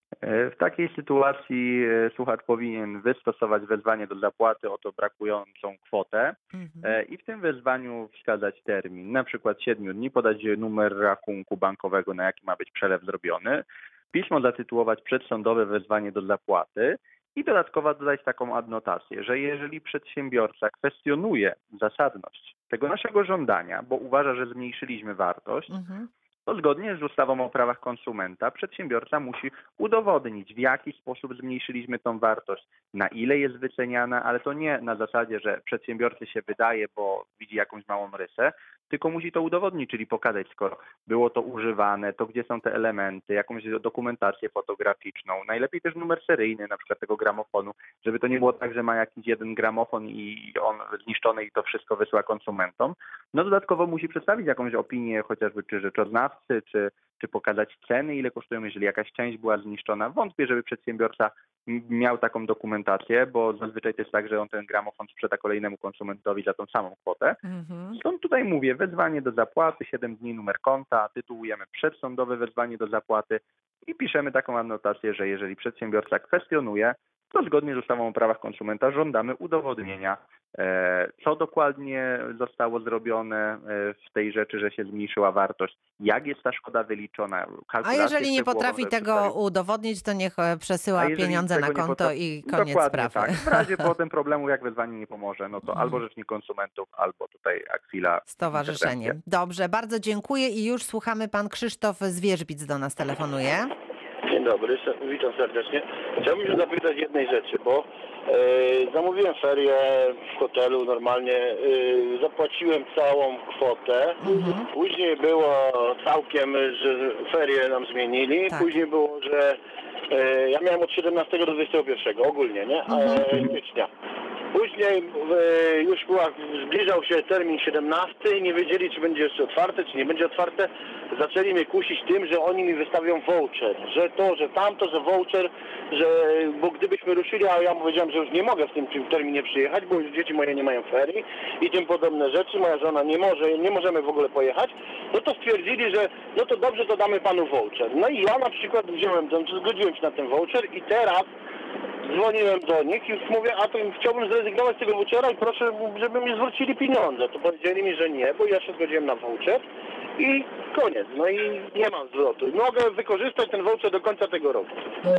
W takiej sytuacji słuchacz powinien wystosować wezwanie do zapłaty o to brakującą kwotę i w tym wezwaniu wskazać termin, na przykład 7 dni, podać numer rachunku bankowego, na jaki ma być przelew zrobiony, pismo zatytułować przedsądowe wezwanie do zapłaty i dodatkowo dodać taką adnotację, że jeżeli przedsiębiorca kwestionuje zasadność tego naszego żądania, bo uważa, że zmniejszyliśmy wartość, to zgodnie z ustawą o prawach konsumenta przedsiębiorca musi udowodnić, w jaki sposób zmniejszyliśmy tą wartość, na ile jest wyceniana, ale to nie na zasadzie, że przedsiębiorcy się wydaje, bo widzi jakąś małą rysę, tylko musi to udowodnić, czyli pokazać, skoro było to używane, to gdzie są te elementy, jakąś dokumentację fotograficzną, najlepiej też numer seryjny na przykład tego gramofonu, żeby to nie było tak, że ma jakiś jeden gramofon i on zniszczony i to wszystko wysyła konsumentom. No dodatkowo musi przedstawić jakąś opinię chociażby czy rzeczoznawcy, czy pokazać ceny, ile kosztują, jeżeli jakaś część była zniszczona. Wątpię, żeby przedsiębiorca miał taką dokumentację, bo zazwyczaj to jest tak, że on ten gramofon sprzeda kolejnemu konsumentowi za tą samą kwotę. Stąd tutaj mówię, wezwanie do zapłaty, 7 dni numer konta, tytułujemy przedsądowe wezwanie do zapłaty i piszemy taką anotację, że jeżeli przedsiębiorca kwestionuje, to zgodnie z ustawą o prawach konsumenta żądamy udowodnienia, co dokładnie zostało zrobione w tej rzeczy, że się zmniejszyła wartość, jak jest ta szkoda wyliczona. A jeżeli nie potrafi tego udowodnić, to niech przesyła pieniądze na konto i koniec dokładnie sprawy. Tak. W razie potem problemu, jak wezwanie nie pomoże, no to albo Rzecznik Konsumentów, albo tutaj Aquila. Stowarzyszenie. Dobrze, bardzo dziękuję i już słuchamy. Pan Krzysztof z Wierzbic do nas telefonuje. Dzień dobry, witam serdecznie. Chciałbym się zapytać jednej rzeczy, bo zamówiłem ferię w hotelu normalnie, zapłaciłem całą kwotę, później było całkiem, że ferię nam zmienili, później było, że ja miałem od 17 do 21 ogólnie, nie? Stycznia. Później już zbliżał się termin 17 i nie wiedzieli, czy będzie jeszcze otwarte, czy nie będzie otwarte. Zaczęli mnie kusić tym, że oni mi wystawią voucher, że to, że tamto, że voucher, bo gdybyśmy ruszyli, a ja powiedziałem, że już nie mogę w tym terminie przyjechać, bo już dzieci moje nie mają ferii i tym podobne rzeczy, moja żona nie możemy w ogóle pojechać, no to stwierdzili, że no to dobrze, to damy panu voucher. No i ja na przykład zgodziłem się na ten voucher i teraz dzwoniłem do nich i mówię, a to chciałbym zrezygnować z tego vouchera i proszę, żeby mi zwrócili pieniądze. To powiedzieli mi, że nie, bo ja się zgodziłem na voucher i koniec. No i nie mam zwrotu. Mogę wykorzystać ten voucher do końca tego roku.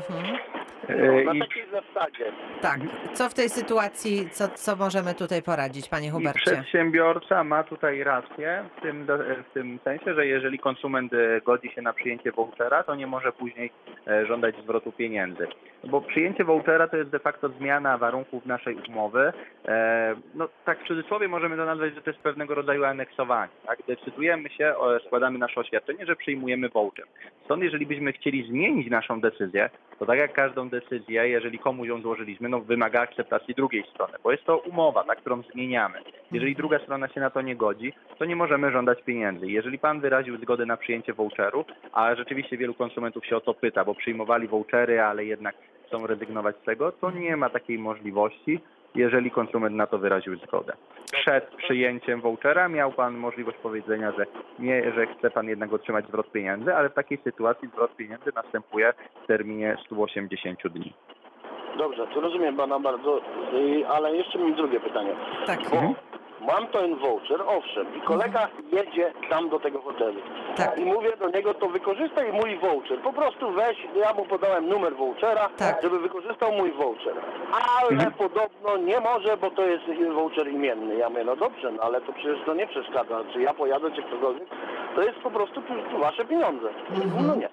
Na takiej zasadzie. Tak. Co w tej sytuacji, co możemy tutaj poradzić, panie Hubercie? Przedsiębiorca ma tutaj rację w tym sensie, że jeżeli konsument godzi się na przyjęcie vouchera, to nie może później żądać zwrotu pieniędzy. Bo przyjęcie vouchera to jest de facto zmiana warunków naszej umowy. No tak w cudzysłowie możemy to nazwać, że to jest pewnego rodzaju aneksowanie. Tak? Decydujemy się, składamy nasze oświadczenie, że przyjmujemy voucher. Stąd jeżeli byśmy chcieli zmienić naszą decyzję, to tak jak każdą decyzję, jeżeli komuś ją złożyliśmy, no wymaga akceptacji drugiej strony, bo jest to umowa, tak, którą zmieniamy. Jeżeli druga strona się na to nie godzi, to nie możemy żądać pieniędzy. Jeżeli pan wyraził zgodę na przyjęcie voucheru, a rzeczywiście wielu konsumentów się o to pyta, bo przyjmowali vouchery, ale jednak chcą rezygnować z tego, to nie ma takiej możliwości, jeżeli konsument na to wyraził zgodę. Przed przyjęciem vouchera miał pan możliwość powiedzenia, że chce pan jednak otrzymać zwrot pieniędzy, ale w takiej sytuacji zwrot pieniędzy następuje w terminie 180 dni. Dobrze, to rozumiem pana bardzo, ale jeszcze mam drugie pytanie. Tak. Mam ten voucher, owszem, i kolega jedzie tam do tego hotelu. Tak. I mówię do niego, to wykorzystaj mój voucher. Po prostu weź, ja mu podałem numer vouchera, żeby wykorzystał mój voucher. Ale podobno nie może, bo to jest voucher imienny. Ja mówię, no dobrze, no ale to przecież to nie przeszkadza. Czy ja pojadę, czy ktokolwiek, to jest po prostu wasze pieniądze. No nie.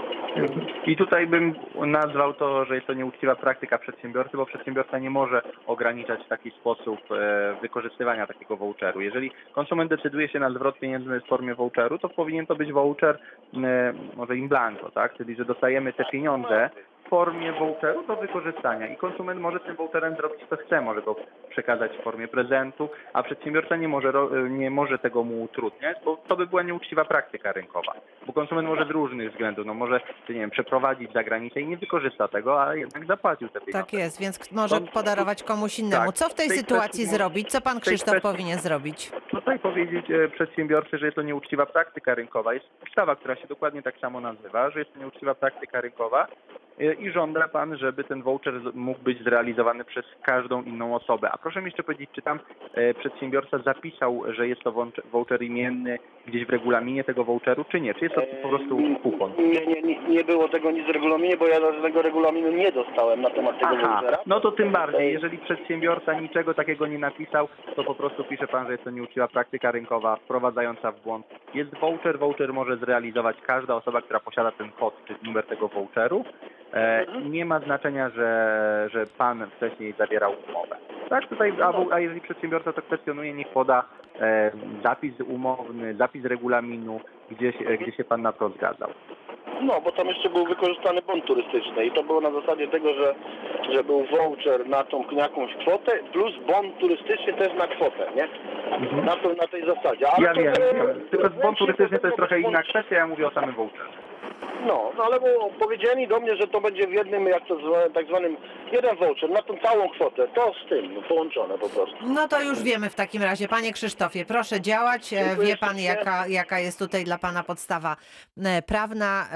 I tutaj bym nazwał to, że jest to nieuczciwa praktyka przedsiębiorcy, bo przedsiębiorca nie może ograniczać w taki sposób wykorzystywania takiego voucheru. Jeżeli konsument decyduje się na zwrot pieniężny w formie voucheru, to powinien to być voucher może in blanco, tak? Czyli że dostajemy te pieniądze w formie voucheru do wykorzystania i konsument może z tym voucherem zrobić co chce, może go przekazać w formie prezentu, a przedsiębiorca nie może tego mu utrudniać, bo to by była nieuczciwa praktyka rynkowa. Bo konsument może z różnych względów, no może, nie wiem, przeprowadzić za granicę i nie wykorzysta tego, a jednak zapłacił te pieniądze. Tak jest, więc może podarować komuś innemu. Tak, Co w tej sytuacji zrobić? Co pan Krzysztof powinien zrobić? Tutaj powiedzieć przedsiębiorcy, że jest to nieuczciwa praktyka rynkowa. Jest ustawa, która się dokładnie tak samo nazywa, że jest to nieuczciwa praktyka rynkowa i żąda pan, żeby ten voucher mógł być zrealizowany przez każdą inną osobę. A proszę mi jeszcze powiedzieć, czy tam przedsiębiorca zapisał, że jest to voucher imienny gdzieś w regulaminie tego voucheru, czy nie? Czy jest to po prostu kupon? Nie było tego nic w regulaminie, bo ja żadnego regulaminu nie dostałem na temat tego vouchera. No to tym bardziej. Jeżeli przedsiębiorca niczego takiego nie napisał, to po prostu pisze pan, że jest to nieuczciwa praktyka rynkowa, wprowadzająca w błąd. Jest voucher może zrealizować każda osoba, która posiada ten kod, czy numer tego voucheru. Nie ma znaczenia, że pan wcześniej zawierał umowę. Tak, tutaj, a jeżeli przedsiębiorca to kwestionuje, niech poda zapis umowny, zapis regulaminu, gdzie się pan na to zgadzał. No, bo tam jeszcze był wykorzystany bon turystyczny i to było na zasadzie tego, że był voucher na tą jakąś kwotę plus bon turystyczny też na kwotę, nie? Na tej zasadzie. Ale ja wiem, tylko bon turystyczny to jest trochę inna kwestia, ja mówię o samym voucherze. No, ale bo powiedzieli do mnie, że to będzie w jednym, jak to zwane, tak zwanym, jeden voucher na tą całą kwotę, to z tym połączone po prostu. No to już wiemy w takim razie. Panie Krzysztofie, proszę działać. Wie pan, jaka jest tutaj dla pana podstawa prawna.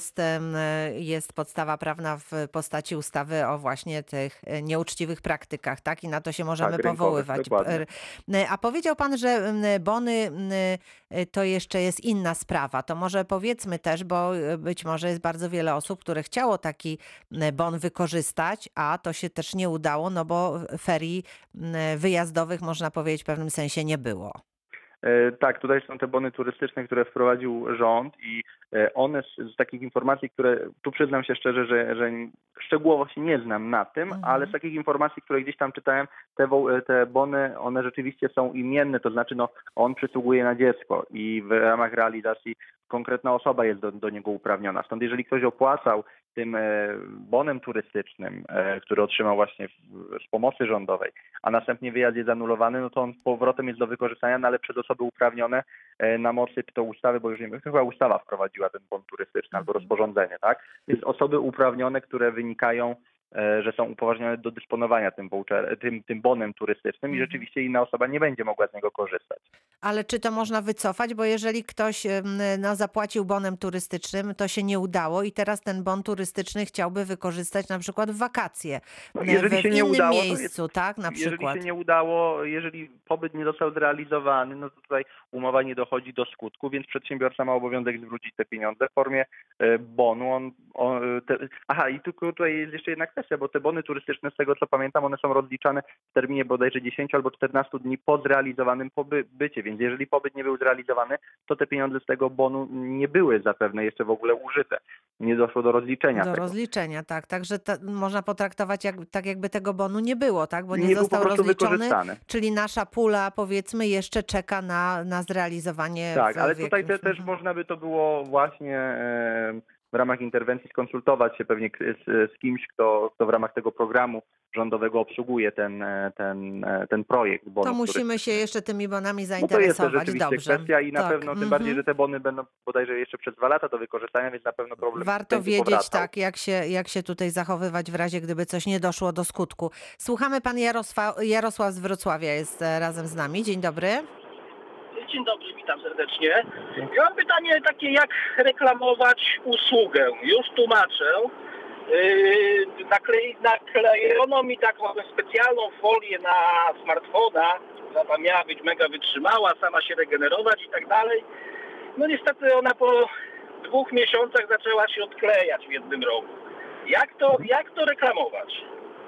Jest podstawa prawna w postaci ustawy o właśnie tych nieuczciwych praktykach, tak? I na to się możemy powoływać. A powiedział pan, że bony to jeszcze jest inna sprawa. To może powiedzmy też, bo być może jest bardzo wiele osób, które chciało taki bon wykorzystać, a to się też nie udało, no bo ferii wyjazdowych, można powiedzieć, w pewnym sensie nie było. Tak, tutaj są te bony turystyczne, które wprowadził rząd i one z takich informacji, które tu przyznam się szczerze, że szczegółowo się nie znam na tym, ale z takich informacji, które gdzieś tam czytałem, te bony, one rzeczywiście są imienne, to znaczy on przysługuje na dziecko i w ramach realizacji konkretna osoba jest do niego uprawniona. Stąd jeżeli ktoś opłacał tym bonem turystycznym, który otrzymał właśnie z pomocy rządowej, a następnie wyjazd jest anulowany, no to on z powrotem jest do wykorzystania, no ale przez osoby uprawnione na mocy to ustawy, bo już nie wiem, chyba ustawa wprowadziła ten bon turystyczny albo rozporządzenie, tak? Więc osoby uprawnione, które wynikają, że są upoważnione do dysponowania tym bonem turystycznym i rzeczywiście inna osoba nie będzie mogła z niego korzystać. Ale czy to można wycofać? Bo jeżeli ktoś zapłacił bonem turystycznym, to się nie udało i teraz ten bon turystyczny chciałby wykorzystać na przykład w wakacje jeżeli się nie udało, miejscu, tak? Na przykład. Jeżeli się nie udało, jeżeli pobyt nie został zrealizowany, no to tutaj umowa nie dochodzi do skutku, więc przedsiębiorca ma obowiązek zwrócić te pieniądze w formie bonu. I tylko tutaj jest jeszcze jedna kwestia, bo te bony turystyczne, z tego co pamiętam, one są rozliczane w terminie bodajże 10 albo 14 dni po zrealizowanym pobycie, więc jeżeli pobyt nie był zrealizowany, to te pieniądze z tego bonu nie były zapewne jeszcze w ogóle użyte. Nie doszło do rozliczenia tego. Rozliczenia, tak. Także można potraktować tak, jakby tego bonu nie było, tak? Bo nie został rozliczony, wykorzystany. czyli nasza pula, powiedzmy, jeszcze czeka na zrealizowanie. Tak, ale tutaj też można by to było właśnie w ramach interwencji skonsultować się pewnie z kimś, kto w ramach tego programu rządowego obsługuje ten projekt bonów. To musimy się jeszcze tymi bonami zainteresować. No to jest rzeczywiście dobrze. kwestia i na pewno, tym bardziej, że te bony będą bodajże jeszcze przez 2 lata do wykorzystania, więc na pewno problem warto wiedzieć, powracał. Tak, jak się tutaj zachowywać w razie, gdyby coś nie doszło do skutku. Słuchamy, pan Jarosław z Wrocławia jest razem z nami. Dzień dobry. Dzień dobry, witam serdecznie. Ja mam pytanie takie, jak reklamować usługę. Już tłumaczę. Naklejono mi taką specjalną folię na smartfona, która tam miała być mega wytrzymała, sama się regenerować i tak dalej. No niestety ona po 2 miesiącach zaczęła się odklejać w jednym roku. Jak to reklamować?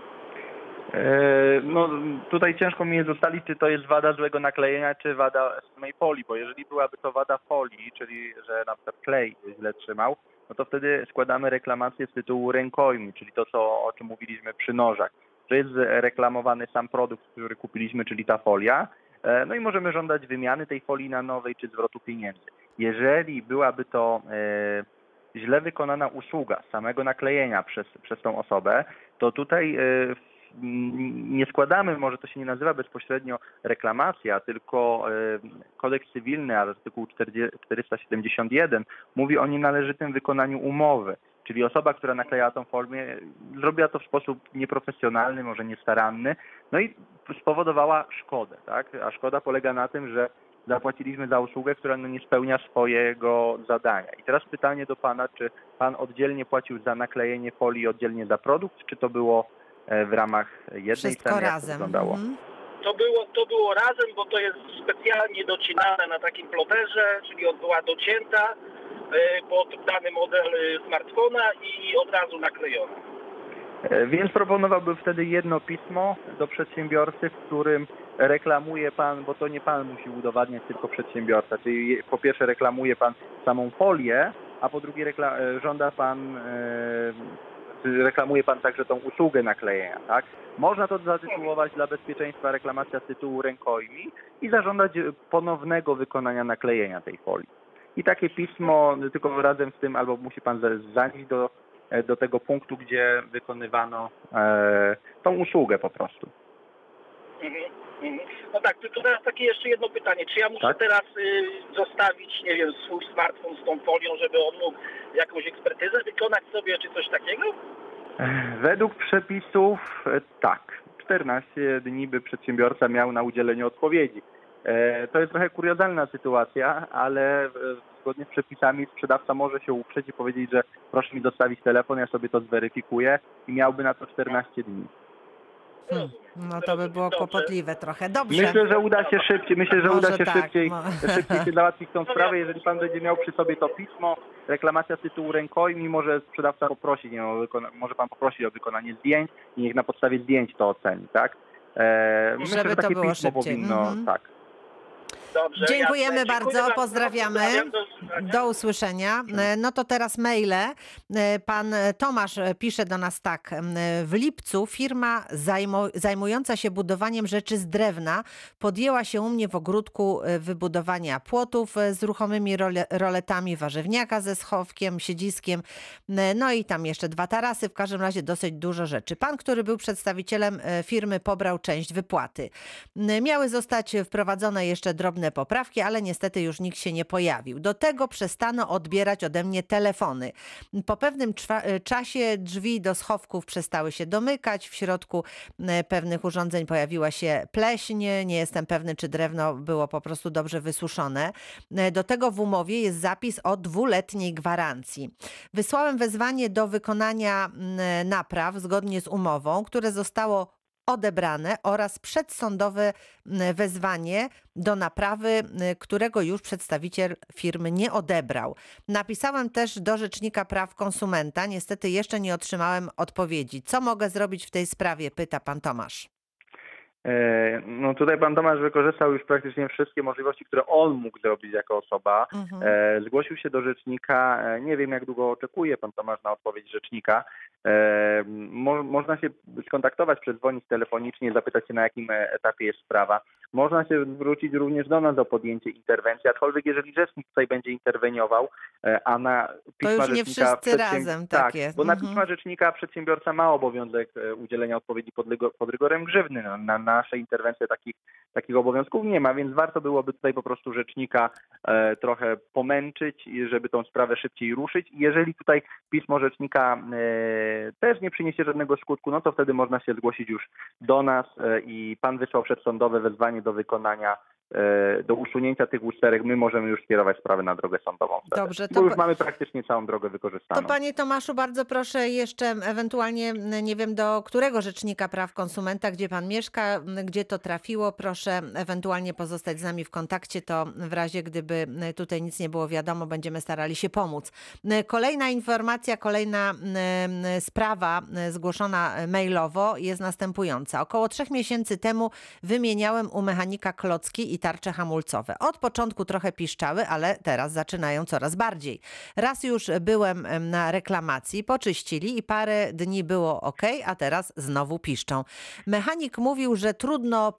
No tutaj ciężko mi jest ustalić, czy to jest wada złego naklejenia, czy wada samej folii, bo jeżeli byłaby to wada folii, czyli że na przykład klej źle trzymał, no to wtedy składamy reklamację z tytułu rękojmi, czyli to, o czym mówiliśmy przy nożach, że jest reklamowany sam produkt, który kupiliśmy, czyli ta folia, no i możemy żądać wymiany tej folii na nowej, czy zwrotu pieniędzy. Jeżeli byłaby to źle wykonana usługa samego naklejenia przez tą osobę, to tutaj nie składamy, może to się nie nazywa bezpośrednio reklamacja, tylko kodeks cywilny, artykuł 471 mówi o nienależytym wykonaniu umowy. Czyli osoba, która naklejała tą formę, zrobiła to w sposób nieprofesjonalny, może niestaranny, no i spowodowała szkodę, tak? A szkoda polega na tym, że zapłaciliśmy za usługę, która nie spełnia swojego zadania. I teraz pytanie do pana, czy pan oddzielnie płacił za naklejenie folii, oddzielnie za produkt, czy to było w ramach jednej wszystko ceny, razem. Jak to wyglądało? To było razem, bo to jest specjalnie docinane na takim ploterze, czyli była docięta pod dany model smartfona i od razu naklejona. Więc proponowałbym wtedy jedno pismo do przedsiębiorcy, w którym reklamuje pan, bo to nie pan musi udowadniać, tylko przedsiębiorca. Czyli po pierwsze reklamuje pan samą folię, a po drugie żąda pan reklamuje pan także tą usługę naklejenia, tak? Można to zatytułować dla bezpieczeństwa reklamacja z tytułu rękojmi i zażądać ponownego wykonania naklejenia tej folii. I takie pismo, tylko razem z tym, albo musi pan zanieść do tego punktu, gdzie wykonywano tą usługę po prostu. No tak, tylko teraz takie jeszcze jedno pytanie. Czy ja muszę teraz zostawić, nie wiem, swój smartfon z tą folią, żeby on mógł jakąś ekspertyzę wykonać sobie, czy coś takiego? Według przepisów tak. 14 dni by przedsiębiorca miał na udzielenie odpowiedzi. To jest trochę kuriozalna sytuacja, ale zgodnie z przepisami sprzedawca może się uprzeć i powiedzieć, że proszę mi dostawić telefon, ja sobie to zweryfikuję i miałby na to 14 dni. No to by było kłopotliwe trochę. Dobrze. Myślę, że uda się szybciej. Szybciej się załatwić tą sprawę. wiem. Jeżeli pan będzie miał przy sobie to pismo, reklamacja z tytułu rękojmi, może sprzedawca poprosić, może pan poprosić o wykonanie zdjęć i niech na podstawie zdjęć to oceni, tak? Myślę, żeby że to takie było pismo szybciej. powinno, tak. Dobrze, Dziękujemy jasne. bardzo, Dziękuję pozdrawiamy. Do usłyszenia. No to teraz maile. Pan Tomasz pisze do nas tak. W lipcu firma zajmująca się budowaniem rzeczy z drewna podjęła się u mnie w ogródku wybudowania płotów z ruchomymi roletami, warzywniaka ze schowkiem, siedziskiem, no i tam jeszcze 2 tarasy, w każdym razie dosyć dużo rzeczy. Pan, który był przedstawicielem firmy, pobrał część wypłaty. Miały zostać wprowadzone jeszcze drobne poprawki, ale niestety już nikt się nie pojawił. Do tego przestano odbierać ode mnie telefony. Po pewnym czasie drzwi do schowków przestały się domykać. W środku pewnych urządzeń pojawiła się pleśń. Nie jestem pewny, czy drewno było po prostu dobrze wysuszone. Do tego w umowie jest zapis o 2-letniej gwarancji. Wysłałem wezwanie do wykonania napraw zgodnie z umową, które zostało odebrane oraz przedsądowe wezwanie do naprawy, którego już przedstawiciel firmy nie odebrał. Napisałem też do Rzecznika Praw Konsumenta. Niestety jeszcze nie otrzymałem odpowiedzi. Co mogę zrobić w tej sprawie? Pyta pan Tomasz. No tutaj pan Tomasz wykorzystał już praktycznie wszystkie możliwości, które on mógł zrobić jako osoba. Zgłosił się do rzecznika. Nie wiem, jak długo oczekuje pan Tomasz na odpowiedź rzecznika. Można się skontaktować, przedzwonić telefonicznie, zapytać się, na jakim etapie jest sprawa. Można się zwrócić również do nas o podjęcie interwencji, aczkolwiek jeżeli rzecznik tutaj będzie interweniował, a na pisma to już nie rzecznika... wszyscy razem, tak jest. Bo na pisma rzecznika przedsiębiorca ma obowiązek udzielenia odpowiedzi pod rygorem grzywny. Na nasze interwencje takich obowiązków nie ma, więc warto byłoby tutaj po prostu rzecznika trochę pomęczyć, żeby tą sprawę szybciej ruszyć. I jeżeli tutaj pismo rzecznika też nie przyniesie żadnego skutku, no to wtedy można się zgłosić już do nas i pan wysłał przedsądowe wezwanie do wykonania, do usunięcia tych usterek. My możemy już skierować sprawę na drogę sądową. Dobrze, bo już mamy praktycznie całą drogę wykorzystaną. To panie Tomaszu, bardzo proszę jeszcze ewentualnie, nie wiem do którego Rzecznika Praw Konsumenta, gdzie pan mieszka, gdzie to trafiło, proszę ewentualnie pozostać z nami w kontakcie, to w razie gdyby tutaj nic nie było wiadomo, będziemy starali się pomóc. Kolejna informacja, kolejna sprawa zgłoszona mailowo jest następująca. Około 3 miesięcy temu wymieniałem u mechanika klocki i tarcze hamulcowe. Od początku trochę piszczały, ale teraz zaczynają coraz bardziej. Raz już byłem na reklamacji, poczyścili i parę dni było ok, a teraz znowu piszczą. Mechanik mówił, że trudno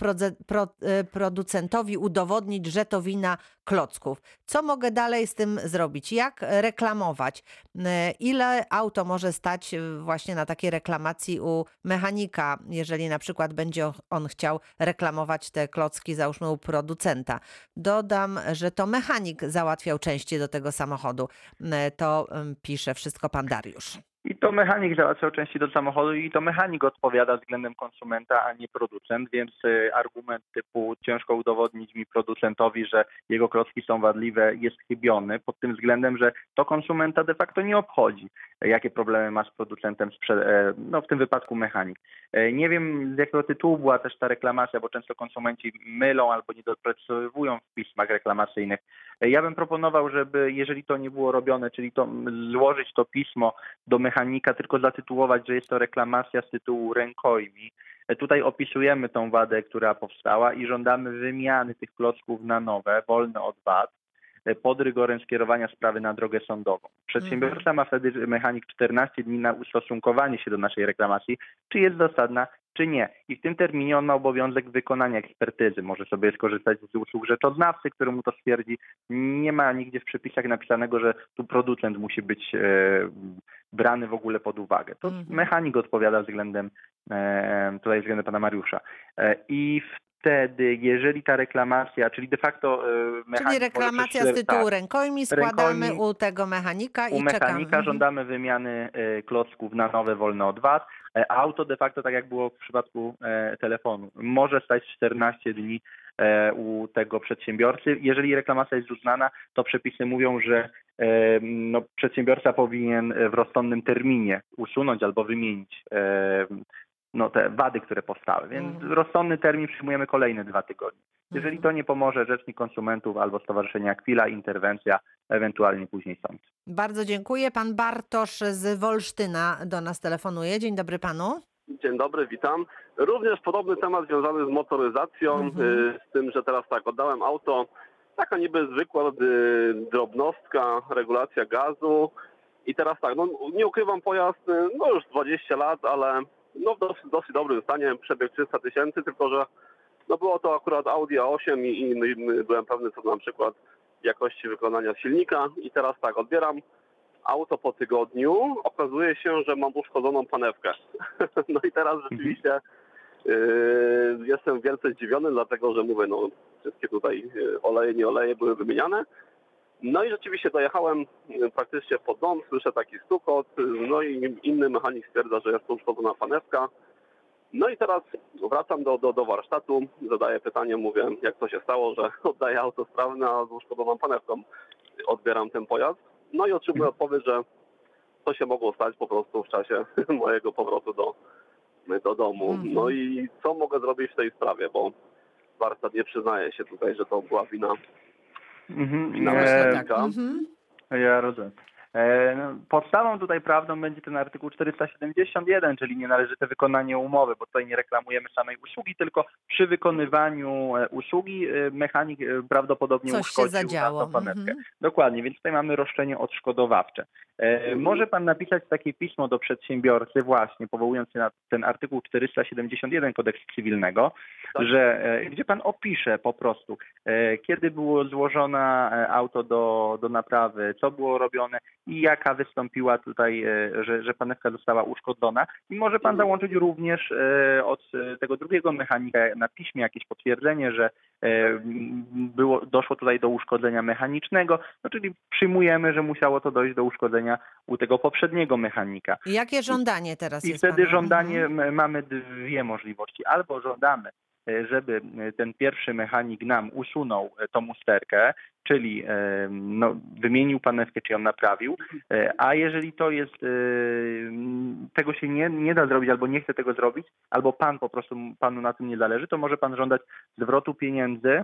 producentowi udowodnić, że to wina klocków. Co mogę dalej z tym zrobić? Jak reklamować? Ile auto może stać właśnie na takiej reklamacji u mechanika, jeżeli na przykład będzie on chciał reklamować te klocki, załóżmy u producenta? Dodam, że to mechanik załatwiał części do tego samochodu. To pisze wszystko pan Dariusz. I to mechanik załatwiał części do samochodu i to mechanik odpowiada względem konsumenta, a nie producent, więc argument typu ciężko udowodnić mi producentowi, że jego klocki są wadliwe, jest chybiony pod tym względem, że to konsumenta de facto nie obchodzi, jakie problemy ma z producentem, w tym wypadku mechanik. Nie wiem, z jakiego tytułu była też ta reklamacja, bo często konsumenci mylą albo nie doprecyzowują w pismach reklamacyjnych. Ja bym proponował, żeby jeżeli to nie było robione, czyli złożyć to pismo do mechanika, tylko zatytułować, że jest to reklamacja z tytułu rękojmi. Tutaj opisujemy tą wadę, która powstała i żądamy wymiany tych klocków na nowe, wolne od wad. pod rygorem skierowania sprawy na drogę sądową. Przedsiębiorca ma wtedy, mechanik, 14 dni na ustosunkowanie się do naszej reklamacji, czy jest zasadna, czy nie. I w tym terminie on ma obowiązek wykonania ekspertyzy. Może sobie skorzystać z usług rzeczoznawcy, który mu to stwierdzi. Nie ma nigdzie w przepisach napisanego, że tu producent musi być brany w ogóle pod uwagę. To mechanik odpowiada względem pana Mariusza. I wtedy, jeżeli ta reklamacja, czyli de facto mechanik... Czyli reklamacja z tytułu rękojmi składamy u tego mechanika i mechanika czekamy. Żądamy wymiany klocków na nowe, wolne od VAT. Auto de facto, tak jak było w przypadku telefonu, może stać 14 dni u tego przedsiębiorcy. Jeżeli reklamacja jest uznana, to przepisy mówią, że przedsiębiorca powinien w rozsądnym terminie usunąć albo wymienić te wady, które powstały. Więc rozsądny termin przyjmujemy kolejne 2 tygodnie. Jeżeli to nie pomoże, Rzecznik Konsumentów albo Stowarzyszenie Aquila, interwencja, ewentualnie później sąd. Bardzo dziękuję. Pan Bartosz z Wolsztyna do nas telefonuje. Dzień dobry panu. Dzień dobry, witam. Również podobny temat związany z motoryzacją, z tym, że teraz tak, oddałem auto, taka niby zwykła drobnostka, regulacja gazu i teraz tak, nie ukrywam, pojazd, już 20 lat, ale w dosyć dobrym stanie, przebieg 300 000, tylko że było to akurat Audi A8 i byłem pewny co do na przykład jakości wykonania silnika i teraz tak, odbieram auto po tygodniu, okazuje się, że mam uszkodzoną panewkę. No i teraz rzeczywiście jestem wielce zdziwiony, dlatego że mówię, wszystkie tutaj oleje, nie oleje były wymieniane. No i rzeczywiście dojechałem praktycznie pod dom, słyszę taki stukot, i inny mechanik stwierdza, że jest to uszkodzona panewka. No i teraz wracam do warsztatu, zadaję pytanie, mówię, jak to się stało, że oddaję auto sprawne, a z uszkodzoną panewką odbieram ten pojazd. No i otrzymuję odpowiedź, że to się mogło stać po prostu w czasie mojego powrotu do domu. No i co mogę zrobić w tej sprawie, bo warsztat nie przyznaje się tutaj, że to była wina mechanika. Ja rozumiem. Podstawą tutaj prawdą będzie ten artykuł 471, czyli nienależyte wykonanie umowy, bo tutaj nie reklamujemy samej usługi, tylko przy wykonywaniu usługi mechanik prawdopodobnie uszkodził tą panewkę. Dokładnie, więc tutaj mamy roszczenie odszkodowawcze. Może pan napisać takie pismo do przedsiębiorcy właśnie, powołując się na ten artykuł 471 Kodeksu Cywilnego, gdzie pan opisze po prostu, kiedy było złożone auto do naprawy, co było robione i jaka wystąpiła tutaj, że panewka została uszkodzona. I może pan załączyć również od tego drugiego mechanika na piśmie jakieś potwierdzenie, że doszło tutaj do uszkodzenia mechanicznego, czyli przyjmujemy, że musiało to dojść do uszkodzenia u tego poprzedniego mechanika. I jakie żądanie teraz jest? I wtedy żądanie mamy 2 możliwości. Albo żądamy, żeby ten pierwszy mechanik nam usunął tą usterkę, czyli wymienił panewkę, czy ją naprawił, a jeżeli to jest, tego się nie da zrobić, albo nie chce tego zrobić, albo panu na tym nie zależy, to może pan żądać zwrotu pieniędzy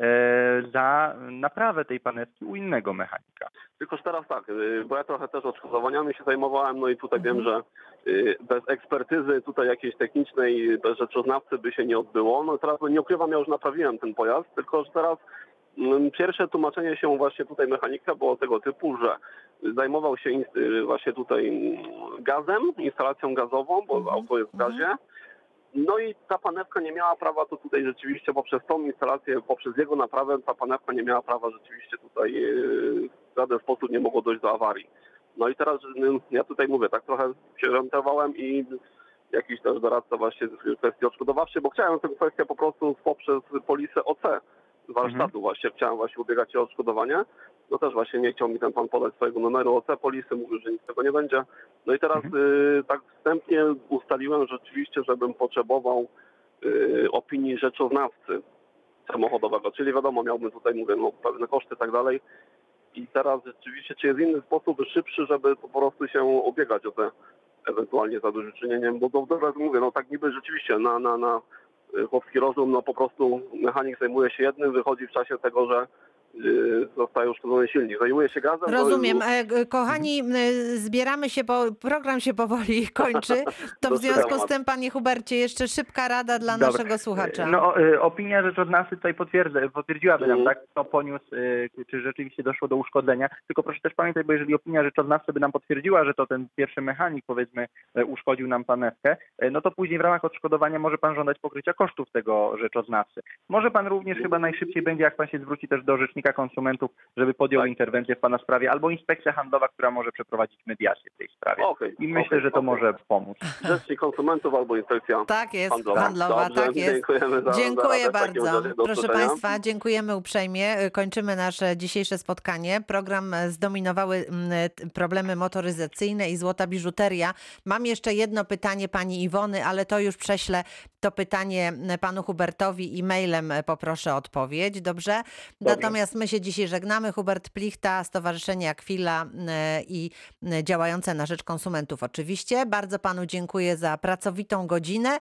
za naprawę tej panewki u innego mechanika. Tylko teraz tak, bo ja trochę też odszkodowaniami się zajmowałem, i tutaj wiem, że bez ekspertyzy tutaj jakiejś technicznej, bez rzeczoznawcy by się nie odbyło. Teraz nie ukrywam, ja już naprawiłem ten pojazd, tylko że teraz pierwsze tłumaczenie się właśnie tutaj mechanika było tego typu, że zajmował się właśnie tutaj gazem, instalacją gazową, bo auto jest w gazie. No i ta panewka nie miała prawa, to tutaj rzeczywiście poprzez tą instalację, poprzez jego naprawę, ta panewka nie miała prawa rzeczywiście tutaj w żaden sposób nie mogło dojść do awarii. No i teraz ja tutaj mówię, tak trochę się orientowałem i jakiś też doradca właśnie w kwestii odszkodowawczej, bo chciałem tę kwestię po prostu poprzez polisę OC z warsztatu właśnie, chciałem właśnie ubiegać się o odszkodowanie. No też właśnie nie chciał mi ten pan podać swojego numeru OC polisy, mówił, że nic z tego nie będzie. No i teraz tak wstępnie ustaliłem rzeczywiście, żebym potrzebował opinii rzeczoznawcy samochodowego, czyli wiadomo, miałbym tutaj, mówię, pewne koszty i tak dalej. I teraz rzeczywiście, czy jest inny sposób szybszy, żeby po prostu się ubiegać o te ewentualnie zadośćuczynienie, bo mówię, tak niby rzeczywiście na chłopski rozum, po prostu mechanik zajmuje się jednym, wychodzi w czasie tego, że zostaje uszkodzony silnik. Zajmuje się gazem. Rozumiem. Kochani, zbieramy się, bo program się powoli kończy. To w związku z tym, panie Hubercie, jeszcze szybka rada dla naszego słuchacza. No, opinia rzeczoznawcy tutaj potwierdziłaby nam, tak, kto poniósł, czy rzeczywiście doszło do uszkodzenia. Tylko proszę też pamiętać, bo jeżeli opinia rzeczoznawcy by nam potwierdziła, że to ten pierwszy mechanik, powiedzmy, uszkodził nam panewkę, no to później w ramach odszkodowania może pan żądać pokrycia kosztów tego rzeczoznawcy. Może pan również chyba najszybciej będzie, jak pan się zwróci też do Rzecznika Konsumentów, żeby podjął interwencję w pana sprawie, albo Inspekcja Handlowa, która może przeprowadzić mediację w tej sprawie. I myślę, że to może pomóc. Rzecznik Konsumentów albo Inspekcja Tak jest, Handlowa. Dobrze, tak jest. Dziękuję bardzo. Proszę państwa, dziękujemy uprzejmie. Kończymy nasze dzisiejsze spotkanie. Program zdominowały problemy motoryzacyjne i złota biżuteria. Mam jeszcze jedno pytanie pani Iwony, ale to już prześlę to pytanie panu Hubertowi e-mailem, poproszę o odpowiedź, dobrze? Natomiast my się dzisiaj żegnamy. Hubert Plichta, Stowarzyszenie Aquila i działające na rzecz konsumentów oczywiście. Bardzo panu dziękuję za pracowitą godzinę.